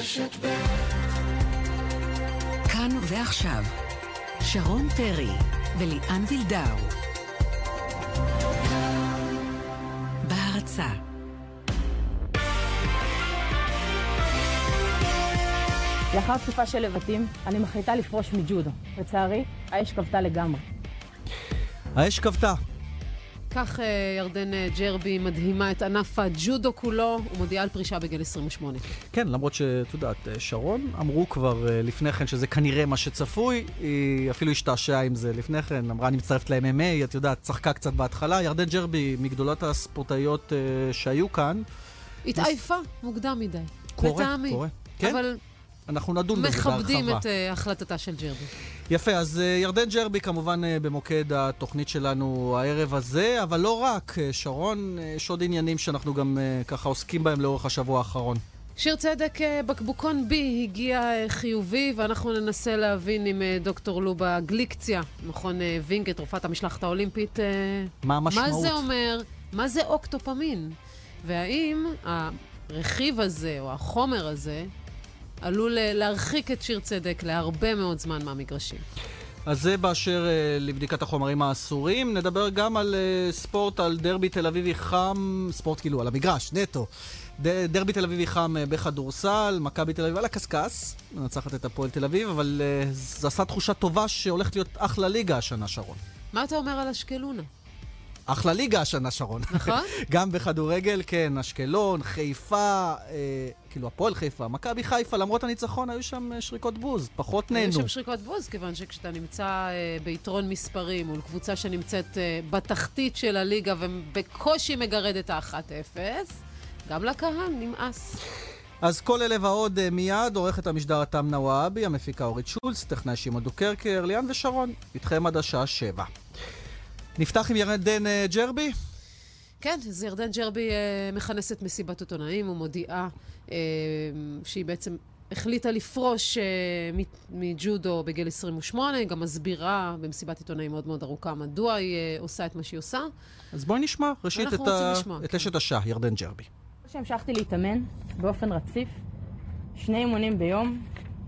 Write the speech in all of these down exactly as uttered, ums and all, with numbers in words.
רשת ב'. כאן ועכשיו, שרון פרי וליאן וילדאו. בהרצה. לאחר תקופה של לבטים, אני מחליטה לפרוש מג'ודו. לצערי, האש כבתה לגמרי. האש כבתה. כך ירדן ג'רבי מדהימה את ענף הג'ודו כולו, ומודיעה על פרישה בגיל עשרים ושמונה. כן, למרות שאת יודעת, שרון אמרו כבר לפני כן שזה כנראה מה שצפוי, היא אפילו השתעשעה עם זה לפני כן, אמרה אני מצטרפת ל-אם אם איי, את יודעת, צחקה קצת בהתחלה. ירדן ג'רבי, מגדולות הספורטאיות שהיו כאן, התעייפה מוקדם מדי. קורה, קורה. כן? אבל אנחנו נדון בזה בהרחבה. מכבדים את uh, החלטתה של ג'רבי. יפה, אז uh, ירדן ג'רבי כמובן uh, במוקד התוכנית שלנו הערב הזה, אבל לא רק, uh, שרון, uh, יש עוד עניינים שאנחנו גם uh, ככה עוסקים בהם לאורך השבוע האחרון. שיר צדק, uh, בקבוקון בי הגיע uh, חיובי, ואנחנו ננסה להבין עם uh, דוקטור לובה גליקציה, מכון uh, וינגייט, רופאת המשלחת האולימפית, uh, מה המשמעות? מה זה אומר, מה זה אוקטופמין, והאם הרכיב הזה או החומר הזה עלול להרחיק את שיר צדק להרבה מאוד זמן מהמגרשים. אז זה באשר uh, לבדיקת החומרים האסורים. נדבר גם על uh, ספורט, על דרבי תל אביבי חם, ספורט כאילו על המגרש, נטו. ד, דרבי תל אביבי חם uh, בכדורסל, מכבי תל אביב על הקסקס, מנצחת את הפועל תל אביב, אבל uh, זה עשה תחושה טובה שהולכת להיות אחלה ליגה השנה, שרון. מה אתה אומר על אשקלונה? אחלה ליגה השנה, שרון. נכון? גם בכדורגל, כן, אשקלון, חיפה, אה, כאילו הפועל חיפה, מכבי חיפה, למרות הניצחון, היו שם שריקות בוז, פחות נהנו. היו שם שריקות בוז, כיוון שכשאתה נמצא אה, ביתרון מספרים, מול קבוצה שנמצאת אה, בתחתית של הליגה, ובקושי מגרד את ה-אחת אפס, גם לקהל נמאס. אז כל אלה ועוד אה, מיד, עורכת המשדר אתם נוואבי, המפיקה אורית שולץ, טכנאי שמעון דוקרקר, ליאן ושרון, איתכם עד השעה שבע. נפתח עם ירדן ג'רבי? כן, אז ירדן ג'רבי אה, מכנסת מסיבת עיתונאים ומודיעה אה, שהיא בעצם החליטה לפרוש אה, מג'ודו בגיל עשרים ושמונה, היא גם מסבירה במסיבת עיתונאים מאוד מאוד ארוכה מדוע היא אה, עושה את מה שהיא עושה. אז בואי נשמע ראשית את, ה... לשמוע, את כן. אשת השעה, ירדן ג'רבי. שהמשכתי להתאמן באופן רציף, שני אימונים ביום,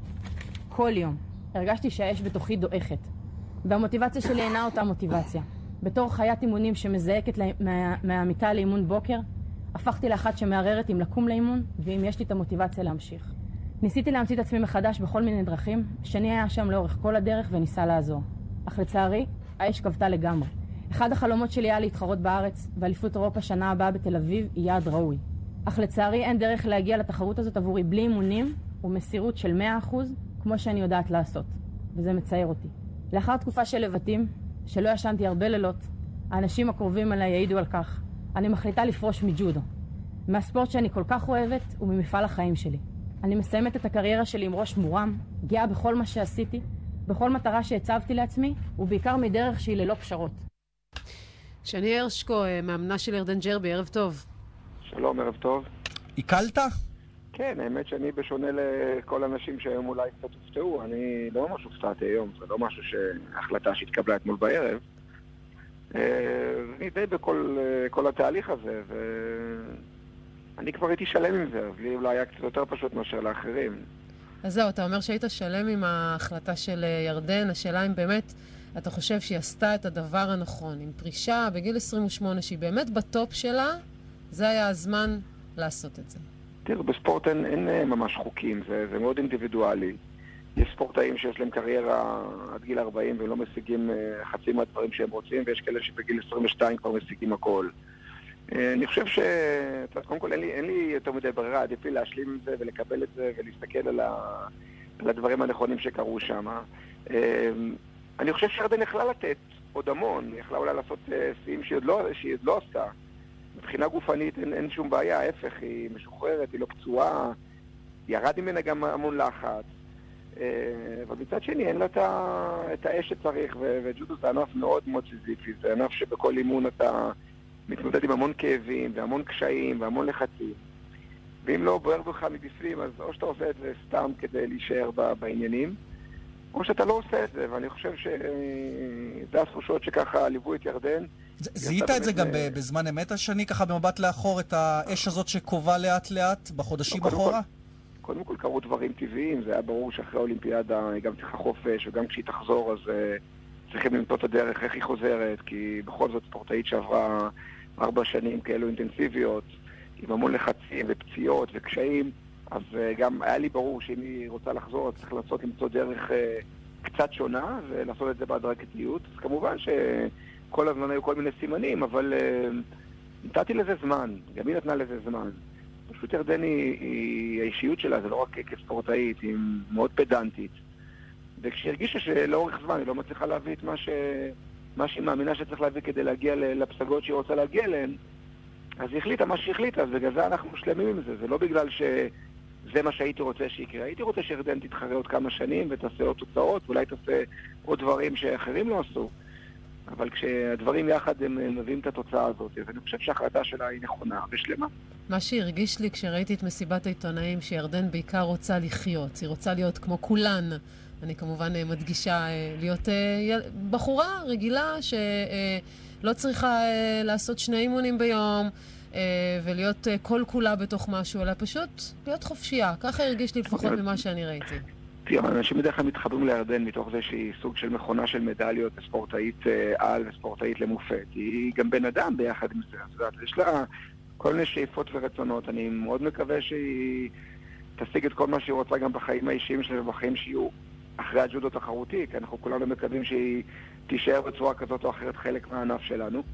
כל יום. הרגשתי שהאש בתוכי דועכת, והמוטיבציה שלי אינה אותה מוטיבציה. בתור חיית אימונים שמזעקת מה, מהמיטה לאימון בוקר, הפכתי לאחת שמערערת אם לקום לאימון, ואם יש לי את המוטיבציה להמשיך. ניסיתי להמציא את עצמי מחדש בכל מיני דרכים, שני היה שם לאורך כל הדרך וניסה לעזור. אך לצערי, האש כבתה לגמרי. אחד החלומות שלי היה להתחרות בארץ, ואליפות אירופה שנה הבאה בתל אביב היא יעד ראוי. אך לצערי אין דרך להגיע לתחרות הזאת עבורי בלי אימונים ומסירות של מאה אחוז, כמו שאני יודעת לעשות. וזה מצער אותי. לאחר תקופה של לבטים, שלא ישנתי הרבה לילות, האנשים הקרובים עליי יעידו על כך. אני מחליטה לפרוש מג'ודו, מהספורט שאני כל כך אוהבת וממפעל החיים שלי. אני מסיימת את הקריירה שלי עם ראש מורם, גאה בכל מה שעשיתי, בכל מטרה שהצבתי לעצמי, ובעיקר מדרך שהיא ללא פשרות. שני הרשקו, מאמנה של ירדן ג'רבי, ערב טוב. שלום, ערב טוב. עיקלת? כן, האמת שאני בשונה לכל אנשים שהיום אולי קצת הופתעו, אני לא ממש הופתעתי היום, זה לא משהו שהחלטה שהתקבלה אתמול בערב. אני די בכל כל התהליך הזה, ואני כבר הייתי שלם עם זה, אז לי אולי היה קצת יותר פשוט מאשר לאחרים. אז זהו, אתה אומר שהיית שלם עם ההחלטה של ירדן, השאלה אם באמת אתה חושב שהיא עשתה את הדבר הנכון, עם פרישה בגיל עשרים ושמונה, שהיא באמת בטופ שלה, זה היה הזמן לעשות את זה. תראה, בספורט אין, אין ממש חוקים, זה, זה מאוד אינדיבידואלי. יש ספורטאים שיש להם קריירה עד גיל ארבעים והם לא משיגים חצי מהדברים שהם רוצים, ויש כאלה שבגיל עשרים ושתיים כבר משיגים הכל. אני חושב ש... קודם כל אין לי, אין לי יותר מדי ברירה, עדיף לי להשלים עם זה ולקבל את זה ולהסתכל על, ה... על הדברים הנכונים שקרו שם. אני חושב שירדן יכלה לתת עוד המון, היא יכלה אולי לעשות שיאים שהיא עוד לא, שהיא עוד לא עשתה. מבחינה גופנית אין, אין שום בעיה, ההפך, היא משוחררת, היא לא פצועה, ירד ממנה גם המון לחץ. אבל מצד שני אין לה את האש שצריך, וג'ודו זה ענף מאוד מאוד סיזיפי, זה ענף שבכל אימון אתה מתמודד עם המון כאבים והמון קשיים והמון לחצים, ואם לא בוער בך מבפנים, אז או שאתה עושה את זה סתם כדי להישאר בעניינים, או שאתה לא עושה את זה, ואני חושב שזה התחושות שככה ליוו את ירדן. זיהית את זה גם בזמן אמת השני, ככה במבט לאחור, את האש הזאת שקובה לאט לאט בחודשים אחורה? קודם כל קרו דברים טבעיים, זה היה ברור שאחרי האולימפיאדה היא גם צריכה חופש, וגם כשהיא תחזור אז uh, צריכים למצוא את הדרך איך היא חוזרת, כי בכל זאת ספורטאית שעברה ארבע שנים כאלו אינטנסיביות, עם המון לחצים ופציעות וקשיים, אז uh, גם היה לי ברור שאם היא רוצה לחזור, אז צריך לעשות למצוא דרך uh, קצת שונה, ולעשות את זה בהדרגתיות. אז כמובן שכל הזמן היו כל מיני סימנים, אבל uh, נתתי לזה זמן, גם היא נתנה לזה זמן. פשוט ירדן היא, היא, האישיות שלה, זה לא רק כספורטאית, היא מאוד פדנטית. וכשהרגישה שלאורך זמן היא לא מצליחה להביא את מה, ש... מה שהיא מאמינה שצריך להביא כדי להגיע לפסגות שהיא רוצה להגיע אליהן, אז היא החליטה מה שהיא החליטה, אז בגלל זה אנחנו שלמים עם זה. זה לא בגלל שזה מה שהייתי רוצה שיקרה. הייתי רוצה שירדן תתחרה עוד כמה שנים ותעשה עוד תוצאות, ואולי תעשה עוד דברים שאחרים לא עשו. אבל כשהדברים יחד הם מביאים את התוצאה הזאת, אז אני חושב שההחלטה שלה היא נכונה ושלמה. מה שהרגיש לי כשראיתי את מסיבת העיתונאים, שירדן בעיקר רוצה לחיות, היא רוצה להיות כמו כולן. אני כמובן מדגישה להיות בחורה רגילה שלא צריכה לעשות שני אימונים ביום ולהיות כל כולה בתוך משהו, אלא פשוט להיות חופשייה. ככה הרגיש לי לפחות ממה שאני ראיתי. תראה, אנשים בדרך כלל מתחברים לירדן מתוך זה שהיא סוג של מכונה של מדליות, ספורטאית על וספורטאית למופת. היא גם בן אדם ביחד עם זה. את יודעת, יש לה כל מיני שאיפות ורצונות. אני מאוד מקווה שהיא תשיג את כל מה שהיא רוצה גם בחיים האישיים שלה ובחיים שיהיו אחרי הג'ודו תחרותי, כי אנחנו כולנו מקווים שהיא תישאר בצורה כזאת או אחרת חלק מהענף שלנו.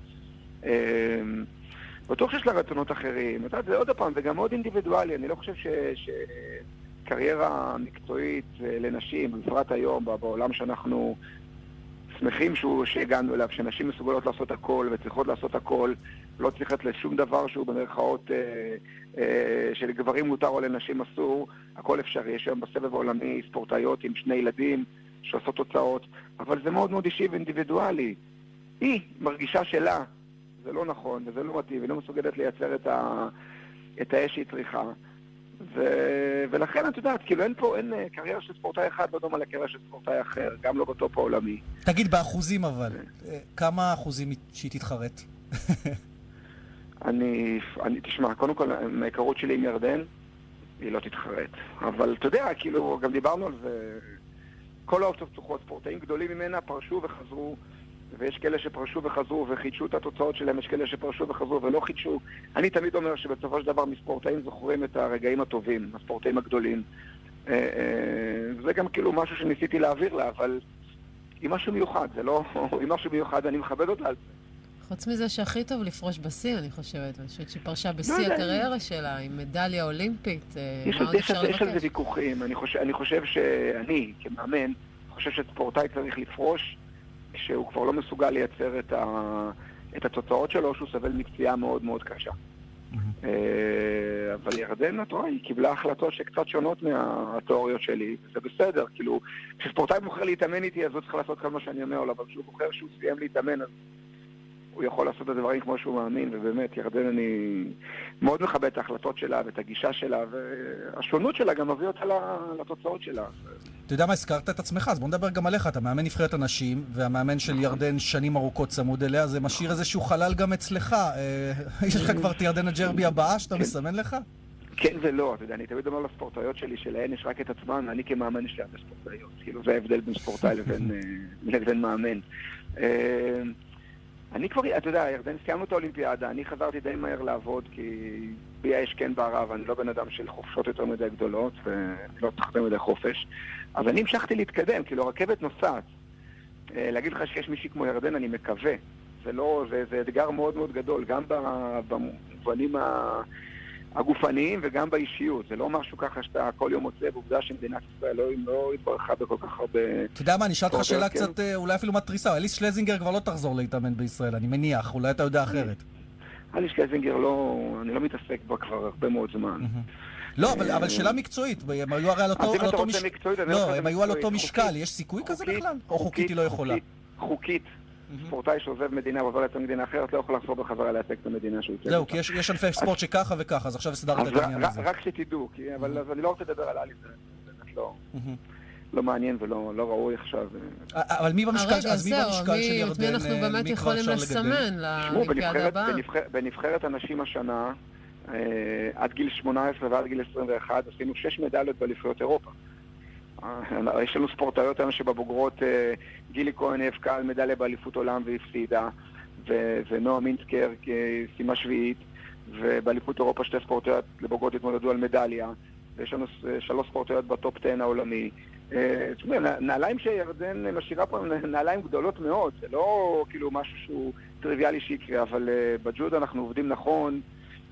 בטוח שיש לה רצונות אחרים. את יודעת, זה עוד הפעם, זה גם מאוד אינדיבידואלי. אני לא חושב ש... ש... קריירה מקצועית לנשים, בפרט היום, בעולם שאנחנו שמחים שהגענו אליו, שנשים מסוגלות לעשות הכל וצריכות לעשות הכל, לא צריכת לשום דבר שהוא במרכאות אה, אה, שלגברים מותר או לנשים אסור, הכל אפשרי. יש היום בסבב העולמי ספורטאיות עם שני ילדים שעושות תוצאות, אבל זה מאוד מאוד אישי ואינדיבידואלי. היא מרגישה שלה, זה לא נכון וזה לא מתאים, היא לא מסוגלת לייצר את, ה, את האש שהיא צריכה. ו... ולכן את יודעת, כאילו אין פה, אין קריירה של ספורטאי אחד לא דומה לקריירה של ספורטאי אחר, גם לא בטופ העולמי. תגיד, באחוזים אבל, כמה אחוזים שהיא תתחרט? אני, אני, תשמע, קודם כל, מההיכרות שלי עם ירדן, היא לא תתחרט. אבל אתה יודע, כאילו, גם דיברנו על זה, כל האופציות פתוחות, ספורטאים גדולים ממנה פרשו וחזרו, ויש כאלה שפרשו וחזרו וחידשו את התוצאות שלהם, יש כאלה שפרשו וחזרו ולא חידשו. אני תמיד אומר שבסופו של דבר מספורטאים זוכרים את הרגעים הטובים, הספורטאים הגדולים. זה גם כאילו משהו שניסיתי להעביר לה, אבל היא משהו מיוחד, זה לא... היא משהו מיוחד, אני מכבד אותה על זה. חוץ מזה שהכי טוב לפרוש בשיא, אני חושבת. אני חושבת שהיא פרשה בשיא הקריירה שלה, עם מדליה אולימפית. יש על זה ויכוחים. אני חושב שאני, כמאמן, חושב שספורטאי צריך לפרוש כשהוא כבר לא מסוגל לייצר את, ה... את התוצאות שלו, שהוא סבל מפציעה מאוד מאוד קשה. Mm-hmm. אבל ירדן, את רואה, היא קיבלה החלטות שקצת שונות מהתיאוריות שלי, וזה בסדר, כאילו, כשספורטאי בוחר להתאמן איתי, אז הוא צריך לעשות כל מה שאני אומר לו, אבל כשהוא בוחר שהוא סיים להתאמן, אז הוא יכול לעשות את הדברים כמו שהוא מאמין, ובאמת, ירדן, אני מאוד מכבד את ההחלטות שלה ואת הגישה שלה, והשונות שלה גם מביא אותה לתוצאות שלה. אתה יודע מה, הזכרת את עצמך, אז בוא נדבר גם עליך. אתה מאמן נבחרת הנשים, והמאמן של ירדן שנים ארוכות צמוד אליה, זה משאיר איזשהו חלל גם אצלך. יש לך כבר את ירדן הג'רבי הבאה שאתה מסמן לך? כן ולא, אתה יודע, אני תמיד אומר לספורטאיות שלי שלהן יש רק את עצמן, אני כמאמן יש להן ספורטאיות. כאילו זה ההבדל בין ספורטאי לבין מאמן. אני כבר, אתה יודע, ירדן, סיימנו את האולימפיאדה, אני חזרתי די מהר לעבוד, כי בי יש כן בערב, אני לא בן אדם של חופשות יותר מדי גדולות, ולא תחתם מדי חופש, אז אני המשכתי להתקדם, כאילו הרכבת נוסעת. להגיד לך שיש מישהי כמו ירדן, אני מקווה. זה לא, זה, זה אתגר מאוד מאוד גדול, גם במובנים הגופניים וגם באישיות. זה לא משהו ככה שאתה כל יום מוצא, בעובדה שמדינת ישראל לא, לא התברכה בכל כך הרבה... אתה יודע מה, אני שאלת לך שאלה קצת, אולי אפילו מטריסה. אליס שלזינגר כבר לא תחזור להתאמן בישראל, אני מניח, אולי אתה יודע אחרת. אליס שלזינגר לא, אני לא מתעסק בה כבר הרבה מאוד זמן. לא, אבל שאלה מקצועית, הם היו הרי על אותו משקל. לא, הם היו על אותו משקל, יש סיכוי כזה בכלל? או חוקית היא לא יכולה? חוקית. ספורטאי שעוזב מדינה ועובר לצאת מדינה אחרת לא יכול לחזור בחזרה להעסק את המדינה שהוא יוצא. זהו, כי יש ענפי ספורט שככה וככה, אז עכשיו הסדרת את העניין הזה. רק שתדעו, אבל אני לא רוצה לדבר על אליס, זה באמת לא מעניין ולא ראוי עכשיו. אבל מי במשקל של ירדן? את מי אנחנו באמת יכולים לסמן לאולימפיאדה הבאה? בנבחרת הנשים השנה, עד גיל שמונה עשרה ועד גיל עשרים ואחת עשינו שש מדליות באליפויות אירופה. יש לנו ספורטאיות היום שבבוגרות גילי כהן נאבקה על מדליה באליפות עולם והפסידה, ונועה מינסקר סיימה שביעית, ובאליפות אירופה שתי ספורטאיות לבוגרות התמודדו על מדליה, ויש לנו שלוש ספורטאיות בטופ עשר העולמי. זאת אומרת, נעליים שירדן משאירה פה נעליים גדולות מאוד, זה לא כאילו משהו שהוא טריוויאלי שיקרה, אבל בג'ודו אנחנו עובדים נכון,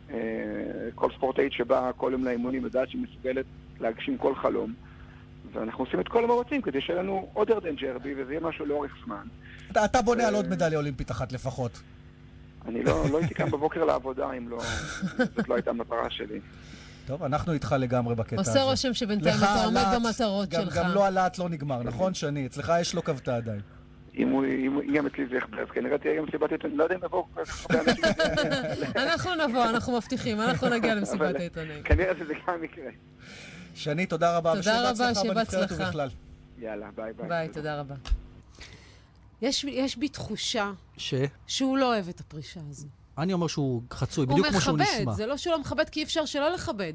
כל ספורטאית שבאה כל יום לאימונים יודעת שהיא מסוגלת להגשים כל חלום, ואנחנו עושים את כל המאמצים כדי שיהיה לנו עוד ירדן ג'רבי, וזה יהיה משהו לאורך זמן. אתה, אתה בונה על עוד מדליה אולימפית אחת לפחות. אני לא, לא הייתי כאן בבוקר לעבודה אם לא, זאת לא הייתה המטרה שלי. טוב, אנחנו איתך לגמרי בקטע הזה. עושה רושם שבינתיים אתה עומד במטרות שלך. גם לא הלהט לא נגמר, נכון שני? אצלך יש לו כבתה עדיין. אם הוא יהיה אצלי זה יחבר, אז כנראה תהיה גם סיבת עיתונאים, לא יודע אם נבוא. אנחנו נבוא, אנחנו מבטיחים, אנחנו נגיע למסיבת העיתונאים. כנראה שזה גם מקרה. שני, תודה רבה. תודה רבה, שבהצלחה. יאללה, ביי ביי. ביי, תודה רבה. יש, יש בי תחושה ש? שהוא לא אוהב את הפרישה הזו. אני אומר שהוא חצוי, בדיוק כמו שהוא נשמע. הוא מכבד, זה לא שהוא לא מכבד, כי אי אפשר שלא לכבד.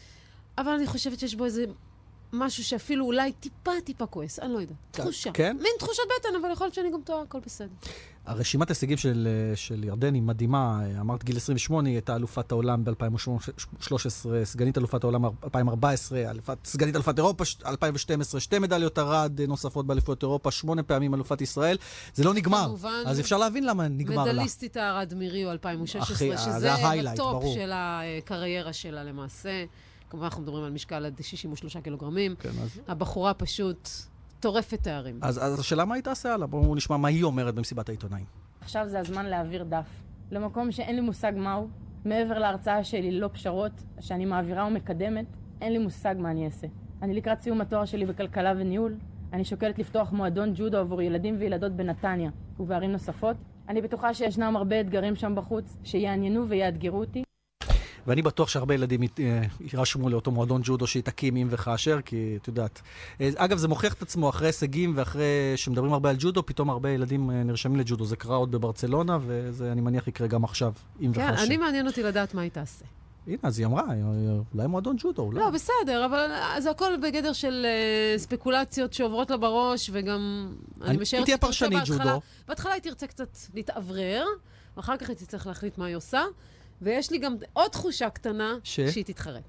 אבל אני חושבת שיש בו איזה משהו שאפילו אולי טיפה טיפה כועס, אני לא יודעת. תחושה. כן? מין תחושת בטן, אבל יכול להיות שאני גם טועה, הכל בסדר. הרשימת הישגים של, של ירדן היא מדהימה. אמרת גיל עשרים ושמונה, היא הייתה אלופת העולם ב-אלפיים ושלוש עשרה, סגנית אלופת העולם אלפיים וארבע עשרה, אלופת, סגנית אלופת אירופה אלפיים ושתים עשרה, שתי מדליות ארד נוספות באליפויות אירופה, שמונה פעמים אלופת ישראל. זה לא נגמר. כמובן, אז אפשר להבין למה נגמר לה. מדליסטית הארד מריו אלפיים ושש עשרה, שזה הטופ של הקריירה שלה למעשה. כמובן אנחנו מדברים על משקל עד שישים ושלושה קילוגרמים. כן, אז... הבחורה פשוט טורפת תארים. אז, אז השאלה מה היא תעשה עליו? בואו נשמע מה היא אומרת במסיבת העיתונאים. עכשיו זה הזמן להעביר דף. למקום שאין לי מושג מהו, מעבר להרצאה שלי לא פשרות, שאני מעבירה ומקדמת, אין לי מושג מה אני אעשה. אני לקראת סיום התואר שלי בכלכלה וניהול, אני שוקלת לפתוח מועדון ג'ודו עבור ילדים וילדות בנתניה ובערים נוספות. אני בטוחה שישנם הרבה אתגרים שם בחוץ, שיעניינו ויאתגרו אותי. ואני בטוח שהרבה ילדים יירשמו לאותו מועדון ג'ודו שיתקים אם וכאשר, כי את יודעת. אגב, זה מוכיח את עצמו אחרי הישגים ואחרי שמדברים הרבה על ג'ודו, פתאום הרבה ילדים נרשמים לג'ודו. זה קרה עוד בברצלונה, וזה אני מניח יקרה גם עכשיו, אם וכאשר. כן, אני מעניין אותי לדעת מה היא תעשה. הנה, אז היא אמרה, אולי מועדון ג'ודו, אולי. לא, בסדר, אבל זה הכל בגדר של ספקולציות שעוברות לה בראש, וגם אני משערת היא תהיה פרשנית ג'ודו. בהתחלה היא תרצה קצת להתאוורר, ואחר כך היא תצטרך להחליט מה היא עושה. ויש לי גם עוד תחושה קטנה ש... שהיא תתחרט.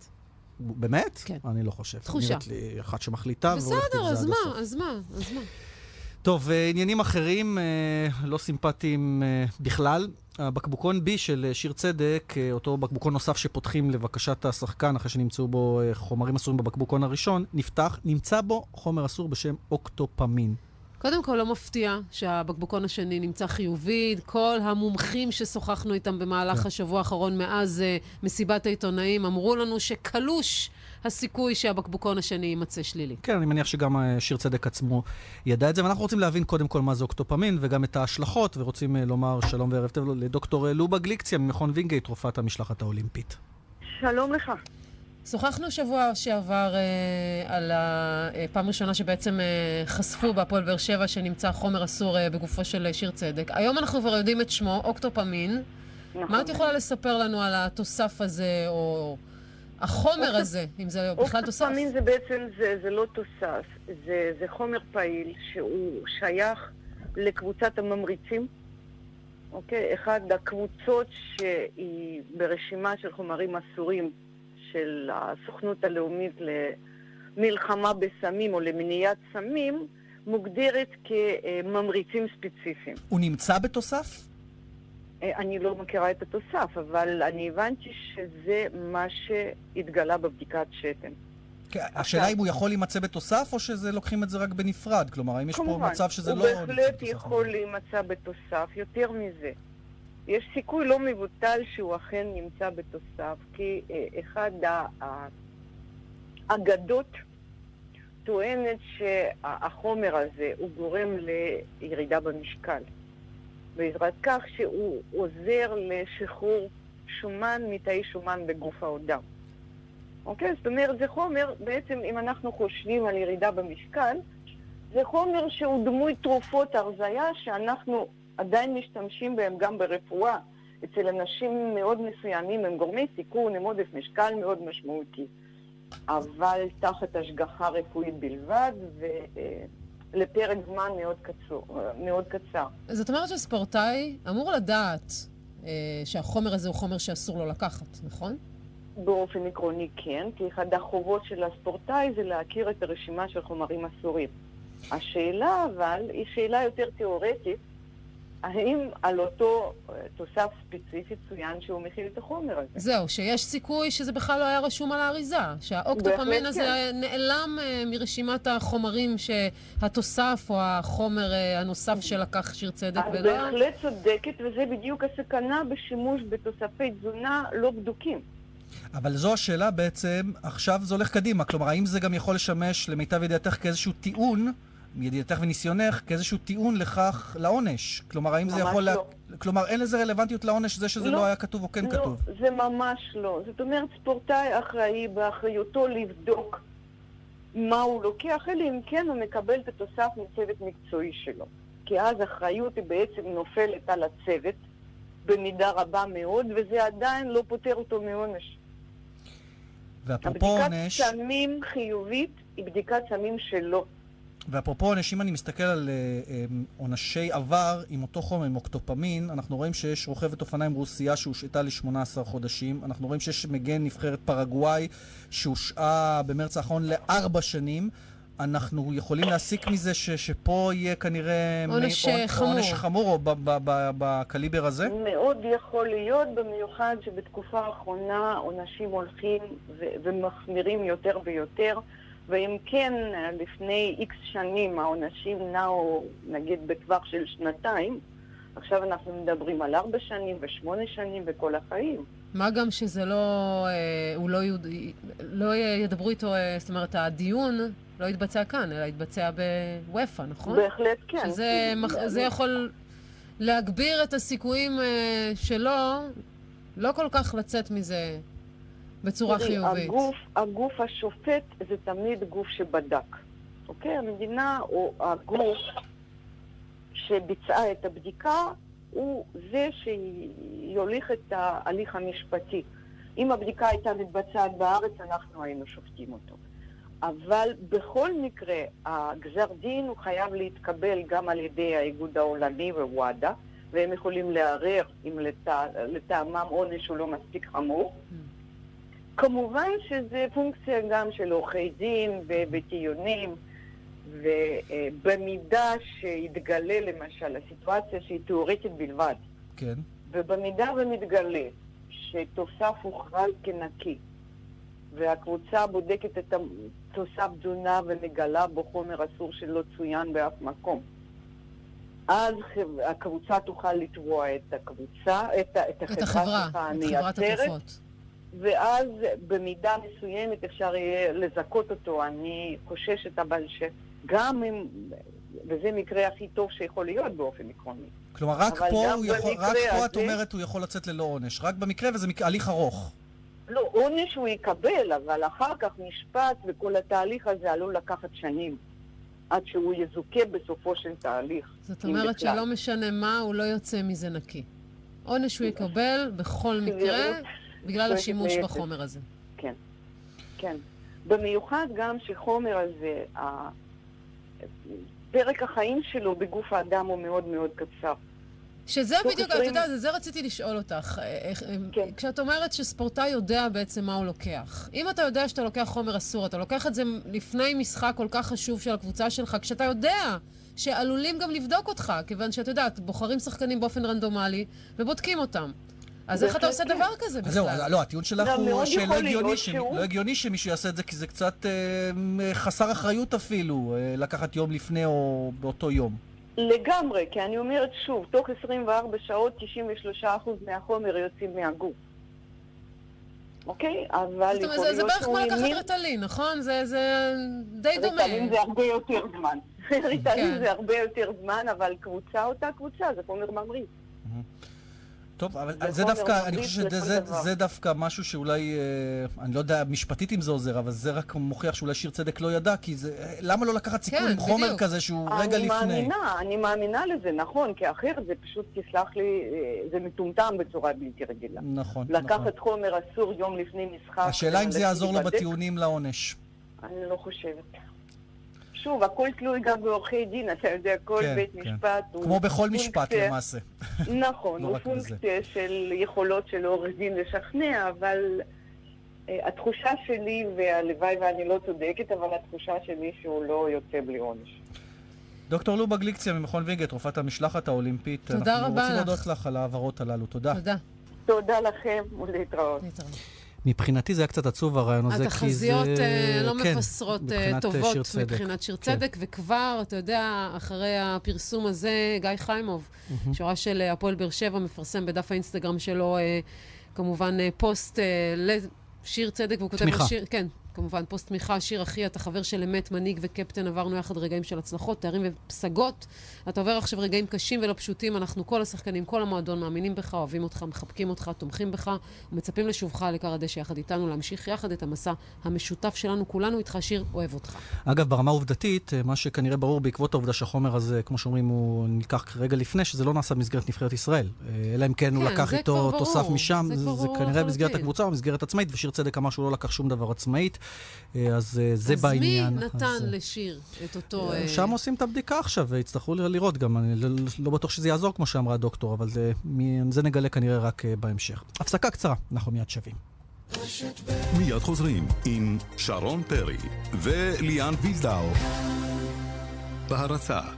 באמת? כן. אני לא חושב. תחושה. נראית לי אחת שמחליטה. בסדר, אז מה, אז מה, אז מה. טוב, עניינים אחרים, לא סימפטיים בכלל. הבקבוקון בי של שיר צדק, אותו בקבוקון נוסף שפותחים לבקשת השחקן, אחרי שנמצאו בו חומרים אסורים בבקבוקון הראשון, נפתח, נמצא בו חומר אסור בשם אוקטופמין. קודם כל לא מפתיע שהבקבוקון השני נמצא חיובי. כל המומחים ששוחחנו איתם במהלך yeah. השבוע האחרון מאז uh, מסיבת העיתונאים אמרו לנו שקלוש הסיכוי שהבקבוקוקון השני יימצא שלילי. כן, אני מניח שגם uh, שיר צדק עצמו ידע את זה, ואנחנו רוצים להבין קודם כל מה זה אוקטופמין וגם את ההשלכות, ורוצים uh, לומר שלום וערב טוב לדוקטור לובה גליקציה ממכון וינגייט, רופאת המשלחת האולימפית. שלום לך. שוחחנו שבוע שעבר אה, על הפעם ראשונה שבעצם אה, חשפו בהפועל באר שבע שנמצא חומר אסור אה, בגופו של שיר צדק. היום אנחנו כבר יודעים את שמו, אוקטופמין. נכון. מה את יכולה לספר לנו על התוסף הזה, או החומר אוקט... הזה, אם זה בכלל תוסף? אוקטופמין זה בעצם, זה, זה לא תוסף. זה, זה חומר פעיל שהוא שייך לקבוצת הממריצים. אוקיי? אחד הקבוצות שהיא ברשימה של חומרים אסורים, של הסוכנות הלאומית למלחמה בסמים או למניעת סמים, מוגדרת כממריצים ספציפיים. הוא נמצא בתוסף? אני לא מכירה את התוסף, אבל אני הבנתי שזה מה שהתגלה בבדיקת שתן. השאלה אם הוא יכול להימצא בתוסף, או שזה לוקחים את זה רק בנפרד? כלומר, האם יש פה מצב שזה לא... הוא בהחלט יכול להימצא בתוסף, יותר מזה. יש סיכוי לא מבוטל שהוא אכן נמצא בתוסף, כי אחד האגדות טוענת שהחומר הזה הוא גורם לירידה במשקל. בעזרת כך שהוא עוזר לשחרור שומן מתאי שומן בגוף האדם. אוקיי? זאת אומרת, זה חומר, בעצם אם אנחנו חושבים על ירידה במשקל, זה חומר שהוא דמוי תרופות הרזיה שאנחנו עדיין משתמשים בהם גם ברפואה אצל אנשים מאוד מסוימים הם גורמי סיכון, הם עודף משקל מאוד משמעותי. אבל תחת השגחה רפואית בלבד, ולפרק זמן מאוד קצר. מאוד קצר. זאת אומרת שספורטאי אמור לדעת אה, שהחומר הזה הוא חומר שאסור לו לקחת, נכון? באופן עקרוני כן, כי אחד החובות של הספורטאי זה להכיר את הרשימה של חומרים אסורים. השאלה אבל היא שאלה יותר תיאורטית, האם על אותו תוסף ספציפי צוין שהוא מכיל את החומר הזה? זהו, שיש סיכוי שזה בכלל לא היה רשום על האריזה, שהאוקטופמין הזה כן. נעלם uh, מרשימת החומרים שהתוסף או החומר uh, הנוסף שלקח שיר צדק את ולא... בהחלט צודקת, וזה בדיוק הסכנה בשימוש בתוספי תזונה לא בדוקים. אבל זו השאלה בעצם, עכשיו זה הולך קדימה, כלומר, האם זה גם יכול לשמש למיטב ידיעתך כאיזשהו טיעון, מידיעתך וניסיונך, כאיזשהו טיעון לכך לעונש? כלומר, האם זה יכול... לא. לה... כלומר, אין לזה רלוונטיות לעונש זה שזה לא, לא היה כתוב או כן לא, כתוב? לא, זה ממש לא. זאת אומרת, ספורטאי אחראי באחריותו לבדוק מה הוא לוקח, אלא אם כן הוא מקבל את התוסף מצוות מקצועי שלו. כי אז האחריות היא בעצם נופלת על הצוות, במידה רבה מאוד, וזה עדיין לא פותר אותו מעונש. ואפרופו עונש... הבדיקת סמים חיובית היא בדיקת סמים שלו. ואפרופו עונש, אם אני מסתכל על עונשי עבר עם אותו חומר, עם אוקטופמין, אנחנו רואים שיש רוכבת אופניים רוסיה שהושעתה ל-שמונה עשר חודשים, אנחנו רואים שיש מגן נבחרת פרגוואי שהושעה במרץ האחרון לארבע שנים, אנחנו יכולים להסיק מזה ש- שפה יהיה כנראה עונש מ- חמור. עונש חמור או בקליבר הזה? מאוד יכול להיות, במיוחד שבתקופה האחרונה עונשים הולכים ו- ומחמירים יותר ויותר, ואם כן, לפני איקס שנים העונשים נעו, נגיד, בטווח של שנתיים, עכשיו אנחנו מדברים על ארבע שנים ושמונה שנים וכל החיים. מה גם שזה לא, אה, הוא לא, יוד... לא ידברו איתו, אה, זאת אומרת, הדיון לא יתבצע כאן, אלא יתבצע בוופא, נכון? בהחלט כן. שזה מח... זה יכול להגביר את הסיכויים אה, שלו, לא כל כך לצאת מזה בצורה תראי, חיובית. הגוף, הגוף השופט זה תמיד גוף שבדק. אוקיי? המדינה או הגוף שביצעה את הבדיקה הוא זה שיוליך את ההליך המשפטי. אם הבדיקה הייתה מתבצעת בארץ, אנחנו היינו שופטים אותו. אבל בכל מקרה, הגזר דין הוא חייב להתקבל גם על ידי האיגוד העולמי ווואדה, והם יכולים לערער אם לטע... לטעמם עונש הוא לא מספיק חמור. כמובן שזה פונקציה גם של עורכי דין וטיעונים, ובמידה שיתגלה למשל הסיטואציה שהיא תיאורטית בלבד, כן. ובמידה ומתגלה שתוסף הוכרז כנקי, והקבוצה בודקת את התוסף תזונה ומגלה בו חומר אסור שלא צוין באף מקום, אז הקבוצה תוכל לתבוע את הקבוצה, את, את את החברה, את חברת התרופות. ואז במידה מסוימת אפשר יהיה לזכות אותו. אני חוששת אבל שגם אם, וזה מקרה הכי טוב שיכול להיות באופן עקרוני. כלומר, רק פה, יכול, רק פה הזה, את אומרת הוא יכול לצאת ללא עונש. רק במקרה, וזה הליך ארוך. לא, עונש הוא יקבל, אבל אחר כך משפט וכל התהליך הזה עלול לקחת שנים. עד שהוא יזוכה בסופו של תהליך. זאת אומרת שלא משנה מה, הוא לא יוצא מזה נקי. עונש הוא יקבל בכל מקרה, בגלל השימוש בחומר הזה. כן, כן. במיוחד גם שחומר הזה, פרק החיים שלו בגוף האדם הוא מאוד מאוד קצר. שזה בדיוק, אתה יודע, זה רציתי לשאול אותך. כן. כשאת אומרת שספורטאי יודע בעצם מה הוא לוקח. אם אתה יודע שאתה לוקח חומר אסור, אתה לוקח את זה לפני משחק כל כך חשוב של הקבוצה שלך, כשאתה יודע שעלולים גם לבדוק אותך, כיוון שאתה יודעת, בוחרים שחקנים באופן רנדומלי ובודקים אותם. אז איך אתה עושה דבר כזה בכלל? זהו, לא, הטיעון שלך הוא שלא הגיוני שמישהו יעשה את זה, כי זה קצת חסר אחריות אפילו, לקחת יום לפני או באותו יום. לגמרי, כי אני אומרת שוב, תוך עשרים וארבע שעות תשעים ושלושה אחוז מהחומר יוצאים מהגוף. אוקיי? אבל זאת אומרת, זה בערך כמו לקחת ריטלין, נכון? זה די דומה. ריטלין זה הרבה יותר זמן. ריטלין זה הרבה יותר זמן, אבל קבוצה אותה קבוצה, זה חומר ממריץ. טוב, אבל זה זה חומר דווקא, אני ממריץ חושב לכל שזה דבר. זה דווקא משהו שאולי, אה, אני לא יודע משפטית אם זה עוזר, אבל זה רק מוכיח שאולי שיר צדק לא ידע, כי זה, למה לא לקחת סיכון כן, עם חומר בדיוק. כזה שהוא רגע אני לפני? מאמינה, אני מאמינה לזה, נכון, כי אחרת זה פשוט, תסלח לי, אה, זה מטומטם בצורה בלתי רגילה. נכון, נכון. לקחת חומר אסור יום לפני משחק. השאלה אם זה וללכת יעזור לו להיבדק, בטיעונים לעונש. אני לא חושבת. שוב, הכל תלוי גם בעורכי דין, אתה יודע, כל כן, בית כן. משפט הוא... כמו בכל משפט פונקציה- למעשה. נכון, לא הוא רק פונקציה של יכולות של עורך דין לשכנע, אבל אה, התחושה שלי, והלוואי ואני לא צודקת, אבל התחושה שלי שהוא לא יוצא בלי עונש. דוקטור לובה גליקציה ממכון וינגייט, רופאת המשלחת האולימפית. תודה אנחנו רבה רוצים לך. להודות לך על העברות הללו. תודה. תודה. תודה לכם ולהתראות. להתראות. מבחינתי זה היה קצת עצוב הרעיון הזה, כי זה... התחזיות אה, לא כן, מבשרות אה, מבחינת, אה, טובות שיר צדק. מבחינת שיר כן. צדק, וכבר, אתה יודע, אחרי הפרסום הזה, גיא חיימוב, שורה של אה, הפועל באר שבע, מפרסם בדף האינסטגרם שלו, אה, כמובן אה, פוסט אה, לשיר צדק, והוא כותב תמיכה. לשיר, כן, כמובן פוסט תמיכה, שיר אחי, אתה חבר של אמת, מנהיג וקפטן, עברנו יחד רגעים של הצלחות, תארים ופסגות. אתה עובר עכשיו רגעים קשים ולא פשוטים, אנחנו כל השחקנים, כל המועדון, מאמינים בך, אוהבים אותך, מחבקים אותך, תומכים בך, ומצפים לשובך לכר הדשא יחד איתנו, להמשיך יחד את המסע המשותף שלנו, כולנו איתך, שיר, אוהב אותך. אגב, ברמה העובדתית, מה שכנראה ברור בעקבות העובדה שהחומר הזה, כמו שאומרים, הוא נלקח רגע לפני, שזה לא נעשה במסגרת נבחרת ישראל. אלא אם כן הוא כן, לקח זה איתו כבר תוסף ברור. משם, זה זה, כבר זה ברור כנראה לחלוטין. במסגרת הקבוצה או במסגרת עצמאית, ושיר צדק אמר שהוא לא לקח שום דבר עצמאית, אז זה בעניין. אז מי נתן אז, לשיר את אותו... אה, שם עושים את הבדיקה עכשיו, והצטרכו לראות גם, אני לא, לא בטוח שזה יעזור כמו שאמרה הדוקטור, אבל זה, זה נגלה כנראה רק בהמשך. הפסקה קצרה, אנחנו מיד שווים. מיד חוזרים עם שרון פרי וליאן וילדאו בהרצה.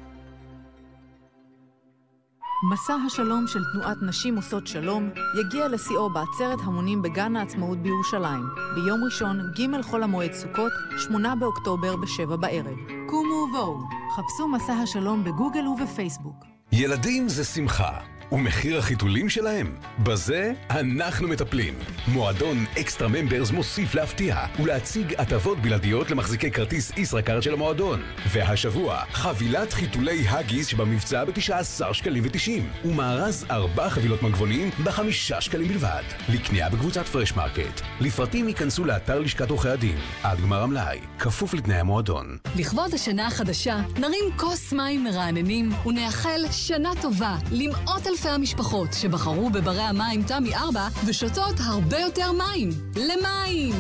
מסע השלום של תנועת נשים עושות שלום יגיע לשיאו בעצרת המונים בגן העצמאות בירושלים, ביום ראשון, ג' חול המועד סוכות, שמונה באוקטובר בשבע בערב. קומו ובואו, חפשו מסע השלום בגוגל ובפייסבוק. ילדים זה שמחה, ומחיר החיתולים שלהם? בזה אנחנו מטפלים. מועדון אקסטרה ממברס מוסיף להפתיע ולהציג הטבות בלעדיות למחזיקי כרטיס ישראכרט של המועדון. והשבוע, חבילת חיתולי הגיס שבמבצע ב-תשעה עשר שקלים ותשעים, ומארז ארבע חבילות מגבונים ב-חמישה שקלים בלבד. לקנייה בקבוצת פרש מרקט. לפרטים ייכנסו לאתר לשכת עורכי הדין. עד גמר המלאי, כפוף לתנאי המועדון. לכבוד השנה החדשה, נרים כוס מים מרעננים ונאחל שנה טובה למאות אלפי המשפחות שבחרו בברי המים תמי ארבע ושותות הרבה יותר מים. למים!